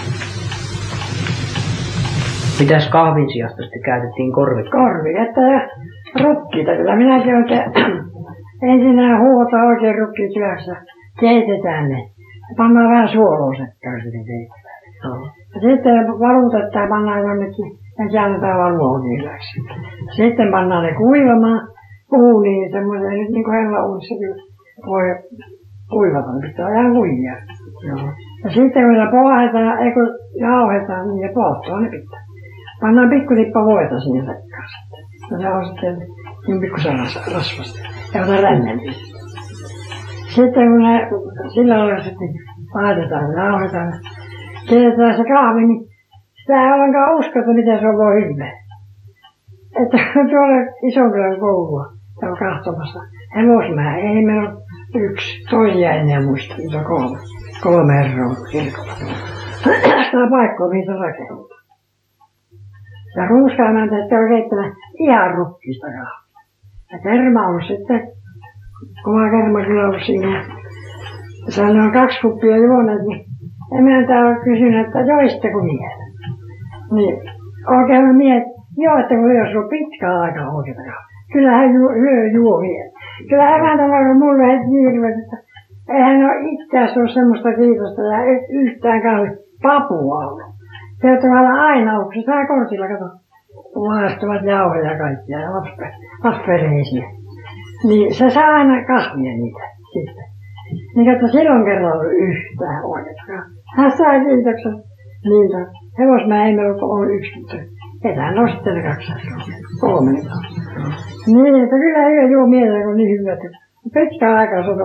[SPEAKER 1] Mitäs kahvin sijasta sitten käytettiin korviketta?
[SPEAKER 2] Korviketta ja rukkiita. Kyllä minäkin oikein ensinnäkin huutaa oikein rukkit hyväksi ja keitetään ne. Ja pannaan vähän suolaa sekkaan sitten keitetään.
[SPEAKER 1] Joo.
[SPEAKER 2] Ja sitten valutetaan ja pannaan jonnekin ja käännetään valuokin hyväksi. Sitten pannaan ne kuivamaan uuniin semmoisen nyt niin kuin hellauunissa voi kuivata, niin pitää ihan kuivia.
[SPEAKER 1] Joo.
[SPEAKER 2] Ja sitten kun ne pohjataan, ei kun jauhetaan, niin ne polttaa ne pitää. Pannaan pikkulippa voita siihen sekkaan sitten. Ja se on sitten niin pikkusen rasvasta. Ja ota rännämpi. Sitten kun ne sillä lailla sitten laitetaan ja jauhetaan, keitetään se kahvi, niin sitä ei ollenkaan uskota, miten se on voi hyvää. Että tuolla Isonkylän koulua, täällä katsomassa. Hevosmäen, ei meillä ole yksi, toisia enää muista, niitä on kolme herraa kirkolla. Sitä paikkaa, mihin se rakentaa. Ja ruuskaamään tästä on keittämään ihan rukkista kahvia. Ja kerma on sitten, oma kerma kyllä ollut siinä. Ja siellä on 2 kuppia juoneet, niin emäntä on kysynyt, että joisitteko vielä? Niin oikein mietin, joitteko jos on pitkään aikaa oikeita kahvia. Kyllä hän juo vielä. Kyllä emäntä on mulle heti hirveästi, että eihän ole itseäsi ole semmoista kiitosta ja yhtään kahvi papua ollut. Se on tavallaan aina ollut, se saa kortilla, kato, maastuvat jauhoja ja kaikkia ja lapsperheisiä. Niin se saa aina kasvia niitä sitten. Niin että silloin kerran ollut yhtään oikeastaan. Hän saa kiitoksen niiltä. Hevosmäen ei meillä ole yksi, mutta ketään on sitten ne 2 3 niitä on. Niin, että kyllä hyvä juo mieleen, kun niin hyvä, että pitkään aikaa se on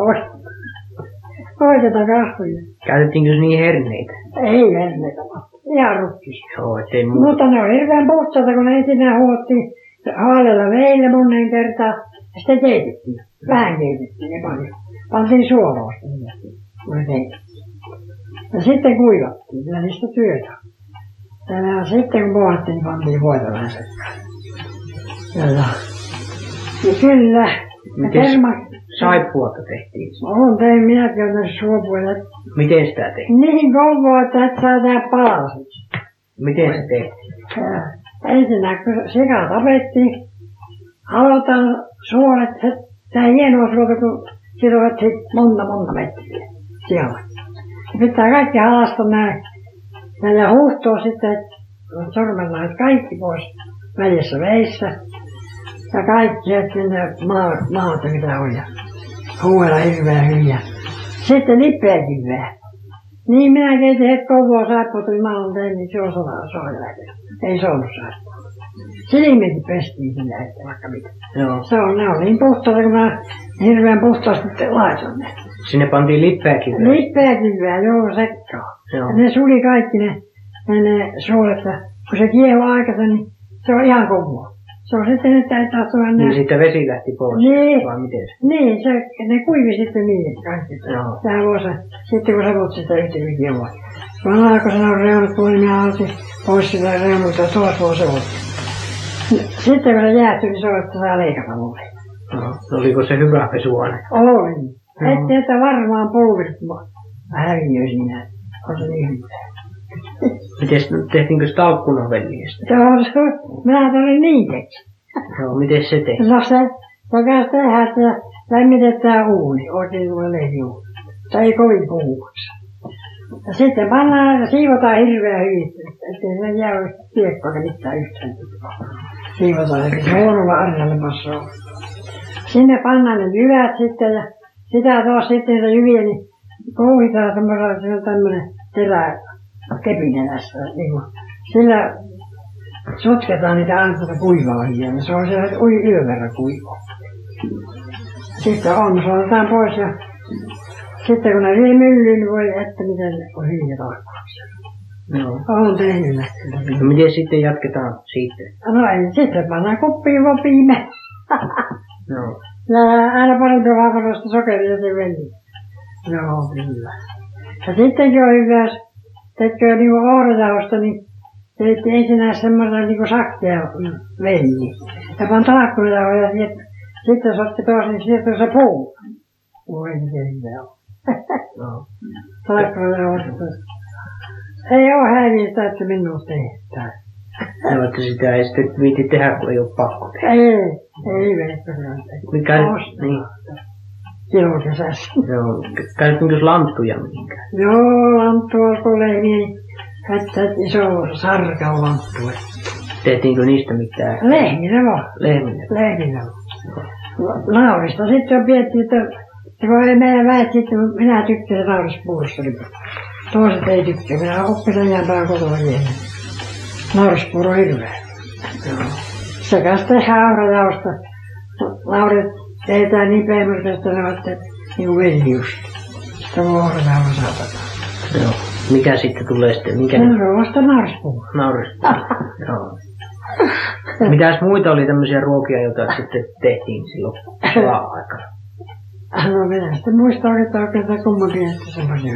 [SPEAKER 2] oikeita kahvia.
[SPEAKER 1] Käytettiinkö se niin herneitä?
[SPEAKER 2] Ei herneitä vaan. Ihan rukkisia.
[SPEAKER 1] Joo, ettei muuta.
[SPEAKER 2] Mutta ne on hirveän puhtaita, kun ne ensinnäkin huottiin haalella veillä monen kertaa. Ja sitten keitettiin. Vähän keitettiin ja paljon. Pantiin suolaa sitten, kun ne keitettiin. Ja sitten kuivattiin. Kyllä niistä työtä. Ja sitten kun pohjattiin, niin pantiin voita vähän sekkaan. Ja kyllä.
[SPEAKER 1] Miten saippuata tehtiin?
[SPEAKER 2] Tein minäkin olen tässä suopuilla.
[SPEAKER 1] Miten sitä tehtiin?
[SPEAKER 2] Niin kovaa, että et saa tehdä palasiksi.
[SPEAKER 1] Miten se tehtiin?
[SPEAKER 2] Ensinnäkin kun sika tapettiin, aloitetaan suolet, tämä hienoa suolta, kun sidoit monta metriä siellä. Se pitää kaikki halasta näin. Ja huuhtoo sitten sormenlait kaikki pois välissä veissä. Ja kaikki, että sinne maata mitä on. Ja huuella hirveä hyviä. Sitten lipeäkin vähän. Niin minä keitin heti kovaa saippua, tuli maailman tein, niin se on sohjelääkellä. Ei se ollut saippua. Silmiäkin pestiin sillä, että vaikka mitä.
[SPEAKER 1] Joo.
[SPEAKER 2] Ne on niin puhtaita, kun mä hirveän puhtaasti laitoin ne.
[SPEAKER 1] Sinne pantiin lipeäkin vähän?
[SPEAKER 2] Lipeäkin vähän, joo, sekkaan.
[SPEAKER 1] Joo.
[SPEAKER 2] Ja ne suli kaikki ne suolet, ja kun se kiehuu aikaisemmin, niin se on ihan kovaa. Se on sitten, että ei tahto mennä.
[SPEAKER 1] Niin sitten vesi lähti pois?
[SPEAKER 2] Niin.
[SPEAKER 1] Vai miten se?
[SPEAKER 2] Niin, ne kuivi sitten niin kaikki.
[SPEAKER 1] Joo.
[SPEAKER 2] Tää vuosi, sitten kun sä voit sitä yhtä kiehua. Kun mä alkoi sanoa reunat tuli, niin mä otin pois sitä reunalta ja tuossa voi se oli. Sitten kun se jäähtyi, niin se oli, että saa leikata mulle.
[SPEAKER 1] No, oliko se hyvä pesuaine?
[SPEAKER 2] Oli. Että varmaan polvit häviöi siinä. On se niin hyvä.
[SPEAKER 1] Tehtiinkö talkkunovelliesta?
[SPEAKER 2] Minä tulin niiteksi.
[SPEAKER 1] Joo, miten se tehtiin?
[SPEAKER 2] No se takas tehdään, että lämmitetään uuni, oikein tulee leijuuni. Se ei kovin puhuksi. Ja sitten pannaan ja siivotaan hirveän hyvin, ettei se jää kiekkoa mitään yhtään. Siivotaan, eli se huonolla arjalle passaa. Sinne pannaan ne jyvät sitten ja sitä taas sitten se jyviä, niin kouhitaan semmoisella, se on tämmönen kepinenässä, niin kuin sillä sotketaan niitä aina kuivaa hienoa. Se on siellä yön verran kuivaa. Sitten se otetaan pois ja sitten kun ne vie myllyyn, niin voi että miten on hyviä tarkkuuksia.
[SPEAKER 1] Joo.
[SPEAKER 2] Olen tehnyt ne.
[SPEAKER 1] No miten sitten jatketaan siitä?
[SPEAKER 2] No ei, sitten pannaan kuppiin vopiime.
[SPEAKER 1] Joo.
[SPEAKER 2] Ja aina parempi vaapanosta sokeria se veli. Joo, kyllä. Ja sittenkin on hyvä, teetkö niinku ohrajauhosta, niin Teitti ensin semmoisen niinku sakkia velli. Ja pan talkkunajauhoja ja sitten se otti toisen sieltä se puu. Voi miten on.
[SPEAKER 1] No.
[SPEAKER 2] Talkkunajauhoja. Ei oo häiriötä, että minua tehdään.
[SPEAKER 1] No, että sitä ei sitten viiti tehdä, kun ei oo pakko tehdä.
[SPEAKER 2] Ei veikkoa.
[SPEAKER 1] Mikä niin.
[SPEAKER 2] Kilokesässä.
[SPEAKER 1] Joo. Käytettiinkö lanttuja mihinkään?
[SPEAKER 2] Joo, lanttu alkoi niin. Että iso sarka lanttu.
[SPEAKER 1] Tehtiinkö niistä mitään?
[SPEAKER 2] Lehmillä vaan.
[SPEAKER 1] Lehmillä
[SPEAKER 2] vaan. Naurista sitten on pietty, että kun ei meidän väet sitten, minä tykkäsin naurispuurosta. Toiset ei tykkää. Minä oppisin jääpään kotona vielä. Naurispuuro on hirveä. Sekä sitten haurajausta. Naurit teetään niin pehmystä, että ne ovat niinku veljusta. Sitten haurajausta saatetaan.
[SPEAKER 1] Joo. Mikä sitten tulee sitten? Mikä?
[SPEAKER 2] Se on vasta naurispuuro.
[SPEAKER 1] Naurispuuro. Joo. Mitäs muita oli tämmöisiä ruokia, joita sitten tehtiin silloin sodan-aikana?
[SPEAKER 2] No minä sitten muista oikeastaan kummankin, että semmoisia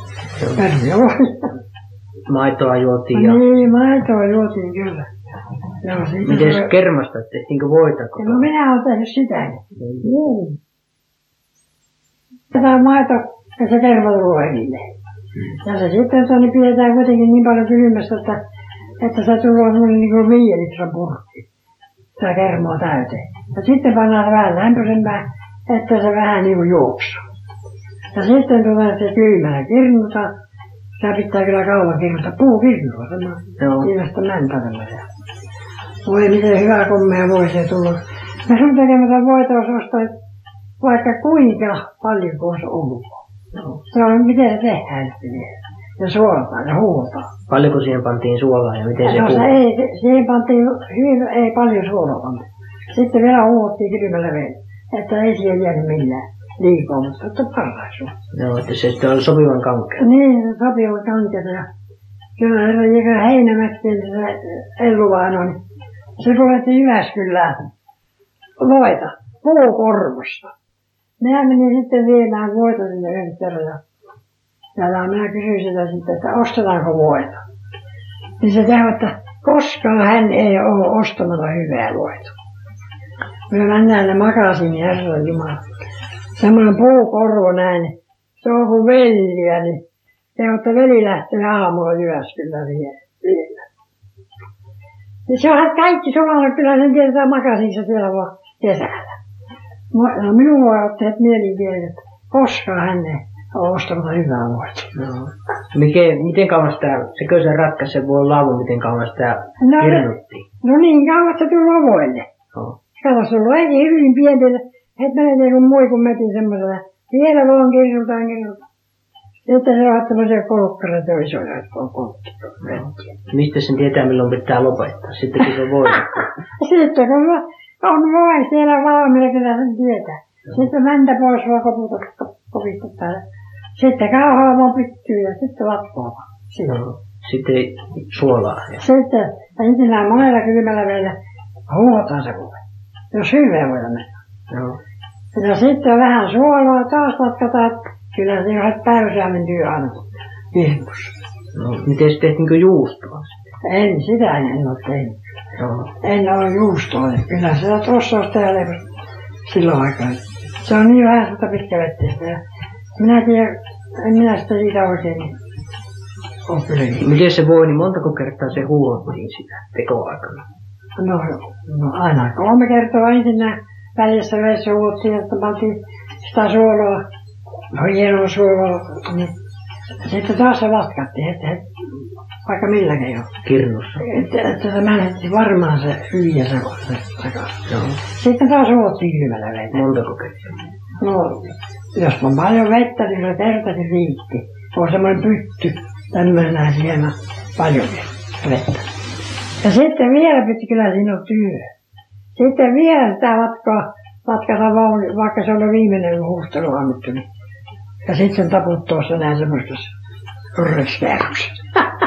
[SPEAKER 2] on.
[SPEAKER 1] Maitoa juotiin
[SPEAKER 2] ja... Niin, maitoa juotiin kyllä. Joo,
[SPEAKER 1] miten kermasta? Tehtiinkö voita?
[SPEAKER 2] No minä olen tehnyt sitäkin. Niin. Tämä on maito ja se kerma ruoille. Ja se sitten niin pidetään kuitenkin niin paljon kylmästä, että se tulee semmoinen niin kuin 5 litran purkki. Sitä kermaa täyteen. Ja sitten pannaan se vähän lämpöisempää, että se vähän niin kuin juoksuu. Ja sitten tulee se kylmänä kirnuta. Sitä pitää kyllä kauan kirnuta. Puukirnua, semmoinen ilmeistä mäntävällä. Voi miten hyvä kommea voi se tullut. Me sun tekemättä voita olisi ostaa vaikka kuinka paljon kuin olisi ollut. Se on miten se tehdään sitten vielä. Ja suolataan ja huutaan.
[SPEAKER 1] Paljonko siihen pantiin suolaa ja miten se
[SPEAKER 2] huutaa? Ei, siihen pantiin hyvin, ei paljon suolaa pantiin. Sitten vielä huuottiin kylmällä vedellä. Että ei siihen jäänyt millään liikaa, mutta että parhaisuus.
[SPEAKER 1] Joo, että se sitten on sopivan kankea.
[SPEAKER 2] Niin, se sopivan kankea. Ja kyllä herran Heinämäkeen se Elluvaino, niin se kuljetti Jyväskylään voita puukorvosta. Minä menin sitten viemään voita sinne yhden kerran. Ja minä kysyin sitä sitten, että ostetaanko voita. Niin se kehui, että koskaan hän ei ole ostamalla hyvää voita. Me mennään ne makasiin, Herran Jumala. Semmoinen puukorvo näin, se on kuin velliä, niin kehui, että veli lähtee aamulla Jyväskylään vielä. Niin se on kaikki sulalla, kyllä sen tiedetään makasiinsa siellä vaan kesällä. No minun voi ottaa mielinkieli, että koskaan hän ei ole ostamassa hyvää voita.
[SPEAKER 1] No. Miten kauan sitä, sekö se ratkaisi se voi laavun, miten kauan sitä kirnuttiin?
[SPEAKER 2] No niin kauan se tuli avoille.
[SPEAKER 1] No.
[SPEAKER 2] Kato, se oli heti hyvin pienellä, että menee kuin mui, kun metin semmoisella. Vielä vaan kirjutaan. Sitten se on tämmöisiä kolkkareita isoja, jotka on kolkkareita.
[SPEAKER 1] Mistä sen tietää, milloin pitää lopettaa? Sitten kun se voi.
[SPEAKER 2] Sitten kun on voi siellä valmiina, kyllä sen tietää. Sitten mäntä pois vaan kopista päälle. Sitten kauhaa pyttyy ja sitten latvoa.
[SPEAKER 1] Sitten suolaa.
[SPEAKER 2] Sitten ensinnäkin monella kylmällä vielä huotaan se voi. Jos hyvää voidaan mennä. Ja sitten vähän suolaa taas latkataan. Kyllä se johdat päivässä mentyy aina kirkussa.
[SPEAKER 1] No, miten se tehtiinkö juustoa?
[SPEAKER 2] En, sitä en ole tehnyt. En ole juustoa. Kyllä sitä tuossa olisi täällä silloin aikaa. Se on niin vähän sitä pitkävetteistä. Minä tiedän, en minä sitä siitä oikein ole kyllä.
[SPEAKER 1] Miten se voi, niin montako kertaa se huuhottiin sitä tekoaikana?
[SPEAKER 2] No aina 3 kertaa ensin välissä vedessä huuhottiin, että pantiin sitä suoloa. No hienoa suoloa. Niin. Sitten taas se latkattiin, että vaikka millä keinoin.
[SPEAKER 1] Kirnussa.
[SPEAKER 2] Että se määrätti varmaan se hyviä se takaisin. Sitten taas huuhottiin kylmällä vettä.
[SPEAKER 1] Montako kertaa?
[SPEAKER 2] No, jos on paljon vettä, niin se kertakin riitti. On semmoinen pytty, tämmöinen hieman paljon vettä. Ja sitten vielä piti kyllä siinä on työ. Sitten vielä sitä vatkataan vaikka se on viimeinen huustelu annettu. Niin. Ja sitten sen taput tuossa näin semmoisessa korrekskääryksessä.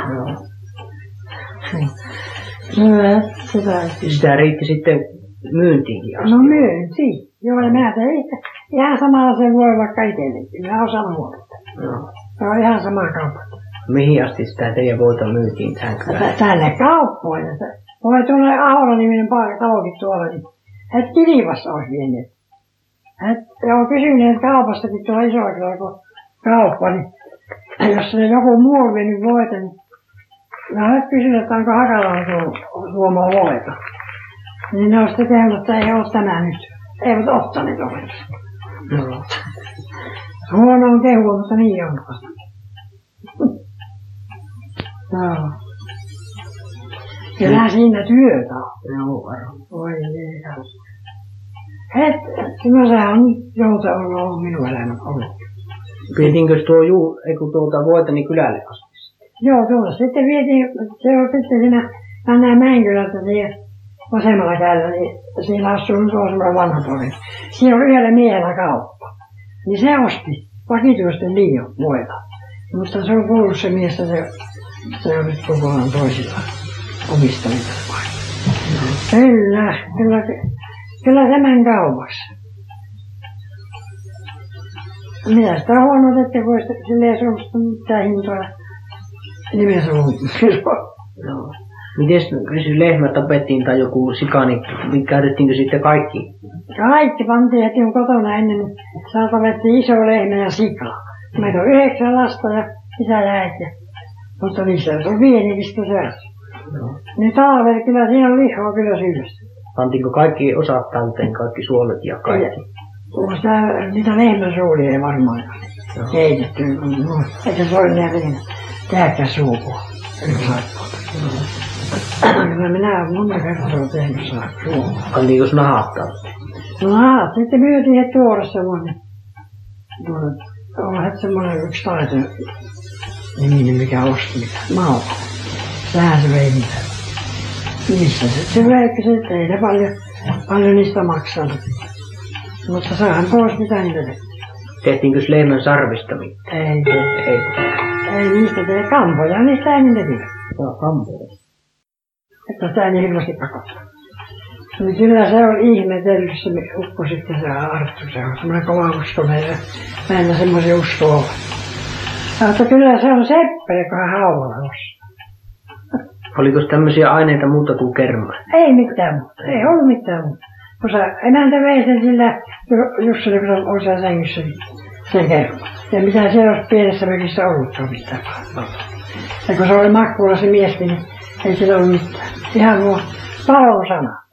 [SPEAKER 1] Sitä riitti sitten myyntiinkin asti.
[SPEAKER 2] No myyntiin. Joo, ja minä tein ihan samalla sen voi vaikka itsellekin. Minä osaan huolta. Se on ihan sama kauppa.
[SPEAKER 1] Mihin asti sitä teidän voita myytiin tähän kylään?
[SPEAKER 2] Tänne kauppoille. Voi tuolla Aula-niminen talokin tuolla, niin et Kilivassa olisi vienneet. Joo, kysyneet kaupastakin tuolla Isoikylällä, kun kauppa, niin jos se joku muu on vienyt voita, niin mä olet kysynyt, että onko Hakalaan tuomaan voita. Niin ne on sitten tehnyt, että ei ole tämä nyt. Eivät ottaneet ollenkaan.
[SPEAKER 1] No.
[SPEAKER 2] Huono on kehua, mutta niin on. Joo. Kyllä siinä työtä on.
[SPEAKER 1] Joo, varmaan.
[SPEAKER 2] Voi liikaa. No sehän on jouta ollut minun elämä ollut.
[SPEAKER 1] Vietiinkö tuolta voita niin kylälle asti?
[SPEAKER 2] Joo, tuolla sitten vietiin, se on sitten siinä Männään Mäinkylältä siihen vasemmalla kädellä, niin siinä asuu tuolla semmoinen vanha tori. Siinä on yhdellä miehellä kauppa. Niin se osti vakituisesti liian voita. Mutta se on kuullut se mies, että se on nyt kokonaan toisilla omistamista vai. Kyllä se meni kaupaksi. Mitä sitä on huono, että voi silleen suusta mitään hintoa nimensä
[SPEAKER 1] Joo. Miten kysy lehmä tapettiin tai joku sika, niin käytettiinkö sitten kaikki?
[SPEAKER 2] Kaikki pantiin heti kotona ennen, niin tavettiin iso lehmä ja sika. Meitä on 9 lasta ja isä ja äiti. Mutta niissä on pienistä säässä. Niin talvella kyllä siinä on lihaa kyllä syössä.
[SPEAKER 1] Pantiinko kaikki osat talteen, kaikki suolet ja kaikki?
[SPEAKER 2] Niitä lehmäsuolia ei varmaan heitetty. Eikä se ole näin tääkkä suukua. Kyllä minä olen monta kertaa tehnyt suukua.
[SPEAKER 1] Pantiinkos nahat talteen?
[SPEAKER 2] No nahat, sitten myytiin he tuoda semmoinen. On semmoinen yksi taito niminen, mikä osti mitä. Mauha. Sehän se vei niitä. Niissä se veikki sitten, ei ne paljon niistä maksanut. Mutta saahan pois mitä niitä tehtiin.
[SPEAKER 1] Tehtiinkö lehmän sarvista mitään?
[SPEAKER 2] Ei niistä tee kampoja, niistä ei niitä tee.
[SPEAKER 1] Joo, kampoja.
[SPEAKER 2] Että sitä ei niin hirveästi pakottaa. Niin kyllä se on ihmetellyt se ukko sitten se Arttu, se on semmoinen kova uskonen ja mä en semmoisen usko ole. Mutta kyllä se on seppele, kun hän hauvalla osaa.
[SPEAKER 1] Oliko tämmöisiä aineita muuta kuin kermaa?
[SPEAKER 2] Ei mitään muuta, ei ollut mitään muuta. Kun emäntä vei sen sillä Jussille, kun on siellä sängyssä, niin sen kermaa. Ja mitä siellä olisi pienessä mökissä ollut, on mitään pahaa. Ja kun se oli Makkulla se mies, niin ei sillä ollut mitään. Ihan nuo palon sana.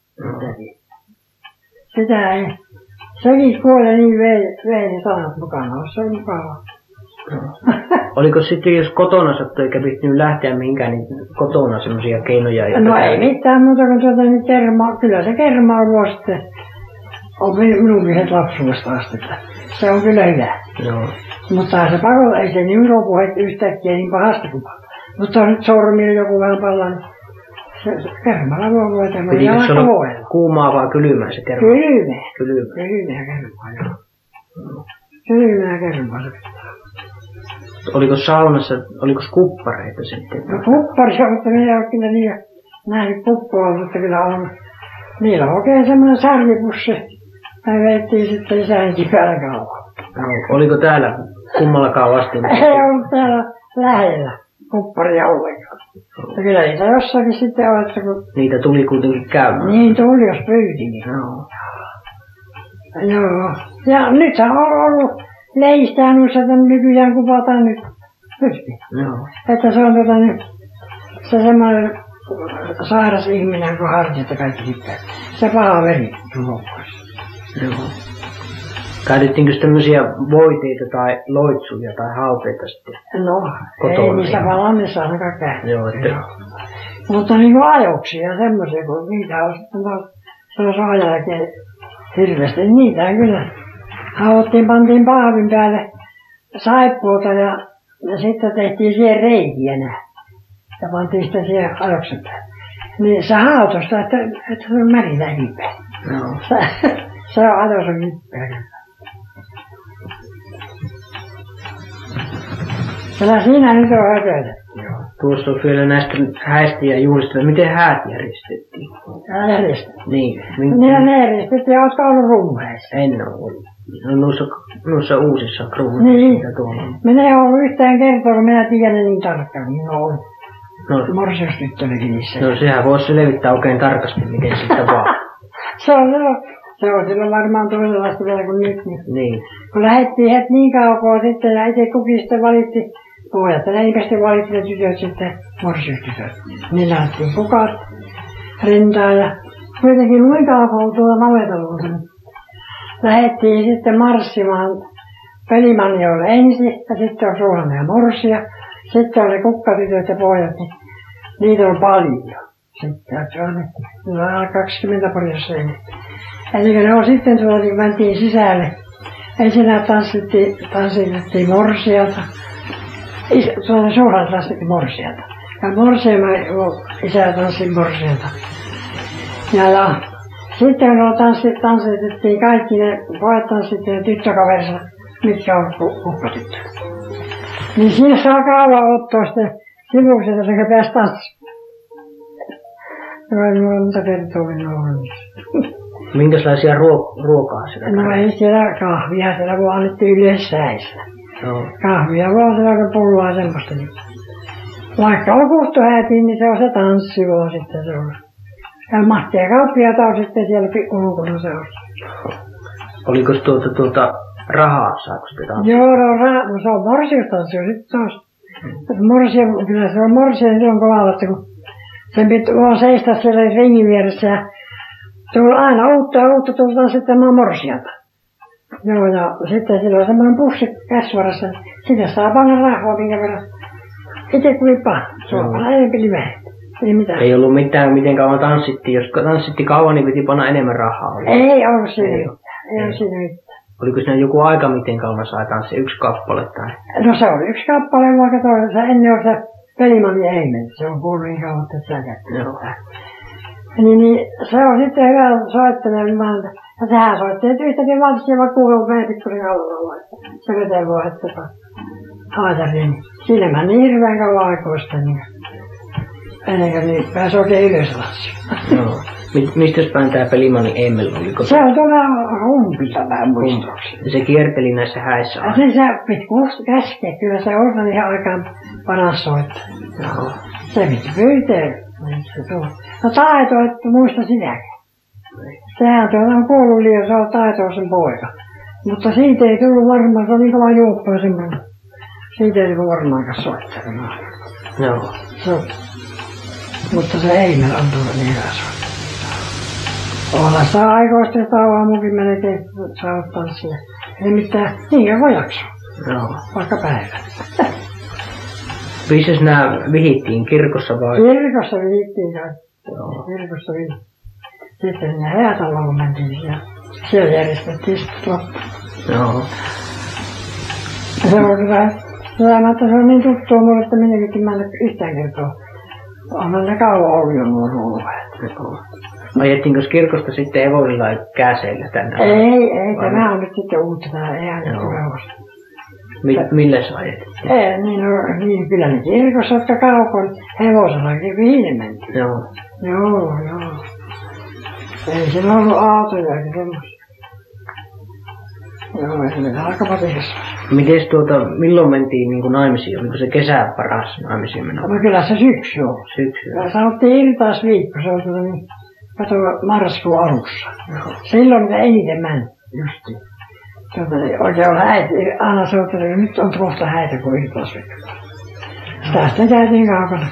[SPEAKER 2] Sitä ei. Sekin kuoli niin vei ne sanat mukana. Se oli mukavaa.
[SPEAKER 1] Oliko sitten, jos kotona sattui eikä pystynyt lähteä mihinkään, niin kotona semmoisia keinoja?
[SPEAKER 2] No ei mitään muuta kuin niin kermaa. Kyllä se kermaa on sitten. On minunkin heti lapsuudesta asti. Se on kyllä hyvä.
[SPEAKER 1] Joo.
[SPEAKER 2] Mutta se pakolla ei se niin lopu yhtäkkiä niin pahasti kuin paljon. Mutta on nyt sormilla joku vähän palla, niin se kermalla voi tämä
[SPEAKER 1] jalka voidaan. Kuumaa vai kylmää se kerma?
[SPEAKER 2] Kylmää.
[SPEAKER 1] Kylmää
[SPEAKER 2] kermaa, joo. Kylmää kermaa se pitää.
[SPEAKER 1] Oliko saunassa, oliko kuppareita sitten?
[SPEAKER 2] No kupparia, mutta minä en ole kyllä niillä nähnyt kuppua, mutta kyllä on. Niillä on oikein semmoinen sarvipussi. Me veittiin sitten isänkin päällä kauan.
[SPEAKER 1] No, oliko täällä kummallakaan vastin?
[SPEAKER 2] Ei ollut täällä lähellä kupparia ollenkaan. Ja kyllä niitä jossakin sitten on, että kun...
[SPEAKER 1] Niitä tuli kuitenkin käymään.
[SPEAKER 2] Niin tuli, jos pyyti. Niin.
[SPEAKER 1] No.
[SPEAKER 2] Joo. Ja nyt on ollut leistää noissa, että nykyään kuvataan nyt pystiin.
[SPEAKER 1] Joo.
[SPEAKER 2] Että se on nyt se semmoinen sairas ihminen, kun hartiat ja kaikki sitten. Se paha veri tulee pois.
[SPEAKER 1] Joo. Käytettiinkö tämmöisiä voiteita tai loitsuja tai hauteita sitten?
[SPEAKER 2] No, kotona, ei niissä valannissa ainakaan käynyt.
[SPEAKER 1] Joo, että...
[SPEAKER 2] Mutta niin kuin ajoksia semmoisia, kun niitä on sitten taas sellaisen jälkeen hirveästi. Niitä kyllä hauttiin, pantiin pahvin päälle saippuota ja sitten tehtiin siihen reikiä nää. Ja pantiin sitten siihen ajoksen päälle. Niin se hautoi sitä, että se on märitä kipeä.
[SPEAKER 1] Joo.
[SPEAKER 2] Se on ajossa kipeä. Kyllä siinä nyt on hököitä.
[SPEAKER 1] Joo. Tuossa on vielä näistä häistä ja juhlista. Miten häät järjestettiin?
[SPEAKER 2] Järjestettiin.
[SPEAKER 1] Niin.
[SPEAKER 2] Ne järjestettiin, oletko ollut rummeissa?
[SPEAKER 1] En ole ollut. No noissa uusissa kruunuissa,
[SPEAKER 2] Niin.
[SPEAKER 1] mitä tuolla on.
[SPEAKER 2] Minä en ollut yhtään kertoa, kun minä tiedän niin tarkkaan, niin on.
[SPEAKER 1] No,
[SPEAKER 2] Morsiustyttöllekin niissä.
[SPEAKER 1] no sehän voisi selvittää oikein tarkasti, miten sitten vaan.
[SPEAKER 2] Se on silloin varmaan toisenlaista vielä kuin nyt.
[SPEAKER 1] Niin.
[SPEAKER 2] Kun lähdettiin heti niin kaukaa sitten ja itse kukin sitten valitti pojat. Ja näinpä sitten valitti ne tytöt sitten morsiustytöt. Niin lähdettiin kukat rintaan ja kuitenkin noin kaukaa tuolla navetalla. Lähdettiin sitten marssimaan Pelimanjoille ensin ja sitten on Suohanna ja Morsia. Sitten on ne kukkatytöt ja pojat, niin niitä on paljon. Sitten se on nyt 20 porjassa ei. Eli ne on sitten tuolla, niin mentiin sisälle. Ensinnä tanssitettiin morsialta. Tuolla Suohanna tanssitettiin morsialta. Ja morsiama isä tanssi morsialta. Ja sitten kun tanssitettiin kaikki ne pojat tanssittiin ja tyttökaverissa, mitkä on kukkatyttö. Niin siinä saa kauan ottaa sitten sivukset, että se pääsi tanssimaan. Se oli monta kertaa minua onnissa.
[SPEAKER 1] Minkälaisia ruokaa sitä
[SPEAKER 2] No ei siellä kahvia, siellä kun annettiin yleensä säissä.
[SPEAKER 1] Joo.
[SPEAKER 2] Kahvia vaan siellä pullaa ja semmoista. Niin. Vaikka on kuhtohäätiin, niin se on se tanssi vaan sitten se on. Ja Matti ja Kauppiaita on sitten siellä ulkona se on.
[SPEAKER 1] Oliko rahaa, saako sitä tanssia?
[SPEAKER 2] Joo, no se on morsiustanssi sitten taas. Kyllä se on morsia, niin se on kovaa, että kun sen pitää vaan seistä siellä ringin vieressä ja tulla aina uutta tulla tanssittamaan morsiata. Joo, ja sitten sillä on semmoinen pussi käsivarassa, sitä saa panna rahaa, minkä verran itse kuinka se on panna enemmän niin vähemmän. Ei mitään.
[SPEAKER 1] Ei ollut mitään, miten kauan tanssittiin. Jos tanssitti kauan, niin piti panna enemmän rahaa.
[SPEAKER 2] Ei ollut siinä mitään. Ei ollut siinä mitään.
[SPEAKER 1] Oliko siinä joku aika, miten kauan sai tanssia? Yksi kappale tai?
[SPEAKER 2] No se oli yksi kappale, vaikka toisessa. Ennen on se Pelimanni Eimen. Se on kuullut niin kauan, että sitä käyttää. Niin, se on sitten hyvä soittaminen maalta. Ja sehän soitti, että yhtäkin valssia vaan kuuluu meidän pikkuisen kaulalla. Se vetää vaan, että haitariin. Siinä meni hirveän kauan aikoista. Niin. Ennen kuin niin pääsi oikein ylös lassiin.
[SPEAKER 1] Joo. Mistäs päin tää Pelimanni Eimen oli?
[SPEAKER 2] Se on tuolla Humpilta päin muistaakseni.
[SPEAKER 1] Se kierteli näissä häissä.
[SPEAKER 2] Ja se piti käskeä. Kyllä se on ihan aikaan paras soittaa.
[SPEAKER 1] Joo.
[SPEAKER 2] Se piti pyytää. No taito, että muista sitäkin. Sehän on kuollut liian, se on taitoisen poika. Mutta siitä ei tullut varmaan, se on niin kova juoppa semmoinen. Siitä ei tullut varmaankaan soittamaan.
[SPEAKER 1] Joo.
[SPEAKER 2] Mutta se Eimen on tullut niin hyvä soittaa. Olla sitä aikoista, että aamukin melkein saa tanssia. Ei mitään, niin voi jaksaa.
[SPEAKER 1] Joo.
[SPEAKER 2] Vaikka päivä.
[SPEAKER 1] Missäs nää vihittiin? Kirkossa vai?
[SPEAKER 2] Kirkossa vihittiin kaikki.
[SPEAKER 1] Joo.
[SPEAKER 2] Kirkossa vihittiin. Sitten sinne häätaloon mentiin ja siellä järjestettiin sitten loppu.
[SPEAKER 1] Joo.
[SPEAKER 2] Se on hyvä. Mutta se on niin tuttua mulle, että minäkin mä en yhtään kertaa. Onhan ne kauan ollut jo nuo ruohajat.
[SPEAKER 1] Ajettiinko kirkosta sitten evolilla käseillä tänne?
[SPEAKER 2] Ei, tämä on nyt sitten uutta. Tämä ei aina tuleosta.
[SPEAKER 1] Milläs ajettiin?
[SPEAKER 2] Ei, niin kyllä ne kirkossa, jotka kaukoon hevosellakin viine mentiin.
[SPEAKER 1] Joo.
[SPEAKER 2] Joo. Ei siinä ollut autoja eikä semmoisia. Joo, ei se alkava tehdä.
[SPEAKER 1] Mites milloin mentiin niin naimisiin? Oliko se kesä paras naimisiin meno?
[SPEAKER 2] No kyllä se syksy on.
[SPEAKER 1] Syksy.
[SPEAKER 2] Sanottiin irtaisviikko, se on niin, kato marraskuun alussa. Silloin mitä eniten meni, justiin. Oikein on häitä, aina se on, että nyt on kohta häitä kuin irtaisviikko. Tästä käytiin kaukana.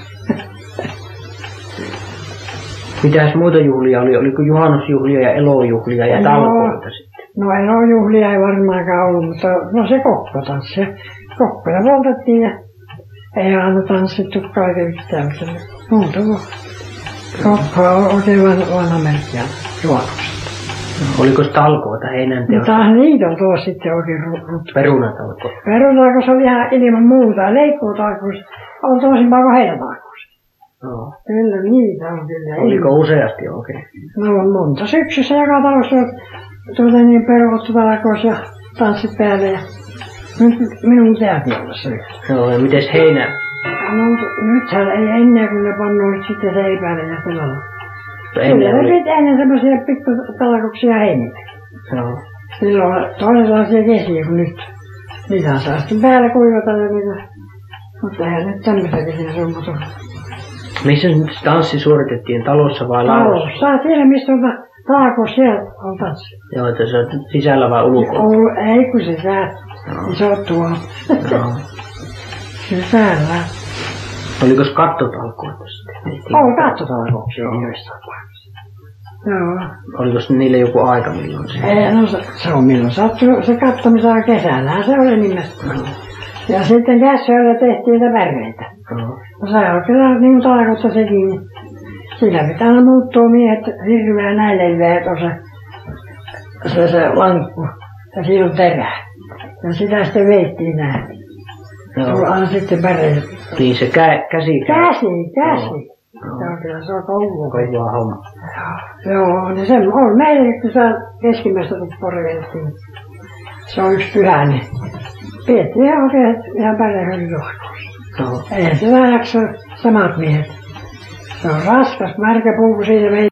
[SPEAKER 1] Mitäs muita juhlia oli? Oliko juhannusjuhlia ja elojuhlia ja talkoita sitten?
[SPEAKER 2] No elojuhlia ei varmaankaan ollut, mutta no se kokkotanssi. Kokkoja poltettiin ja ei aina tanssittu kaiken yhtään, mutta muuta kuin kokkoa on oikein vanha merkkiä juhannuksesta.
[SPEAKER 1] Oliko talkoita heinänteosta?
[SPEAKER 2] Mutta niitä on tuossa sitten oikein
[SPEAKER 1] Perunatalko?
[SPEAKER 2] Perunatalko se oli ihan ilman muuta. Leikkuutalkoissa on toisimpaa kuin heinätalkoissa.
[SPEAKER 1] Joo.
[SPEAKER 2] Kyllä niitä on kyllä.
[SPEAKER 1] Oliko useasti oikein?
[SPEAKER 2] No monta syksyssä joka talossa niin peruttutalkoissa ja tanssit päälle ja nyt minun täytyy olla se.
[SPEAKER 1] Joo, ja mites heinä?
[SPEAKER 2] No nythän ei ennen kuin ne pannut sitten seipäälle ja pelalla. Kyllä ne
[SPEAKER 1] Oli...
[SPEAKER 2] sitten ennen semmoisia pikkutalkoksia heinille.
[SPEAKER 1] Joo.
[SPEAKER 2] silloin toisenlaisia kesiä kuin nyt. Niitä saa sitten päällä kuivata ja niitä. Mutta eihän nyt tämmöisiä kesiä summat ole.
[SPEAKER 1] Missä nyt tanssi suoritettiin? Talossa vai laulussa?
[SPEAKER 2] Talossa. Siellä missä on taako, siellä on tanssi.
[SPEAKER 1] Joo, että se on sisällä vai ulkona?
[SPEAKER 2] Ei kun sisällä. Iso tuolla.
[SPEAKER 1] Joo.
[SPEAKER 2] Sisällä.
[SPEAKER 1] Olikos kattotalkoita sitten?
[SPEAKER 2] On kattotalkouksia joissain paikassa. Joo.
[SPEAKER 1] Olikos niille joku aika milloin se?
[SPEAKER 2] Ei, no se on milloin sattuu se kattomisaika kesällähän se oli nimessä. Ja sitten käsöillä tehtiin niitä väreitä. No se on kyllä niin kuin talkossa sekin. Siinä pitää aina muuttua miehet hirveän näille, että on se lankku. Ja siinä on terä. Ja sitä sitten veittiin näin. Tuli aina sitten väreitä.
[SPEAKER 1] Niin se käsi.
[SPEAKER 2] Käsi. Joo, kyllä se on kovaa.
[SPEAKER 1] Kovaa homma.
[SPEAKER 2] Joo, niin se on meille, kun se keskimmäistä porveltiin. Se on yksi pyhä, niin pidettiin ihan oikein ihan pärehöljylohkossa. Eihän sitä jaksa samat miehet. Se on raskas, märkä puu, kun siitä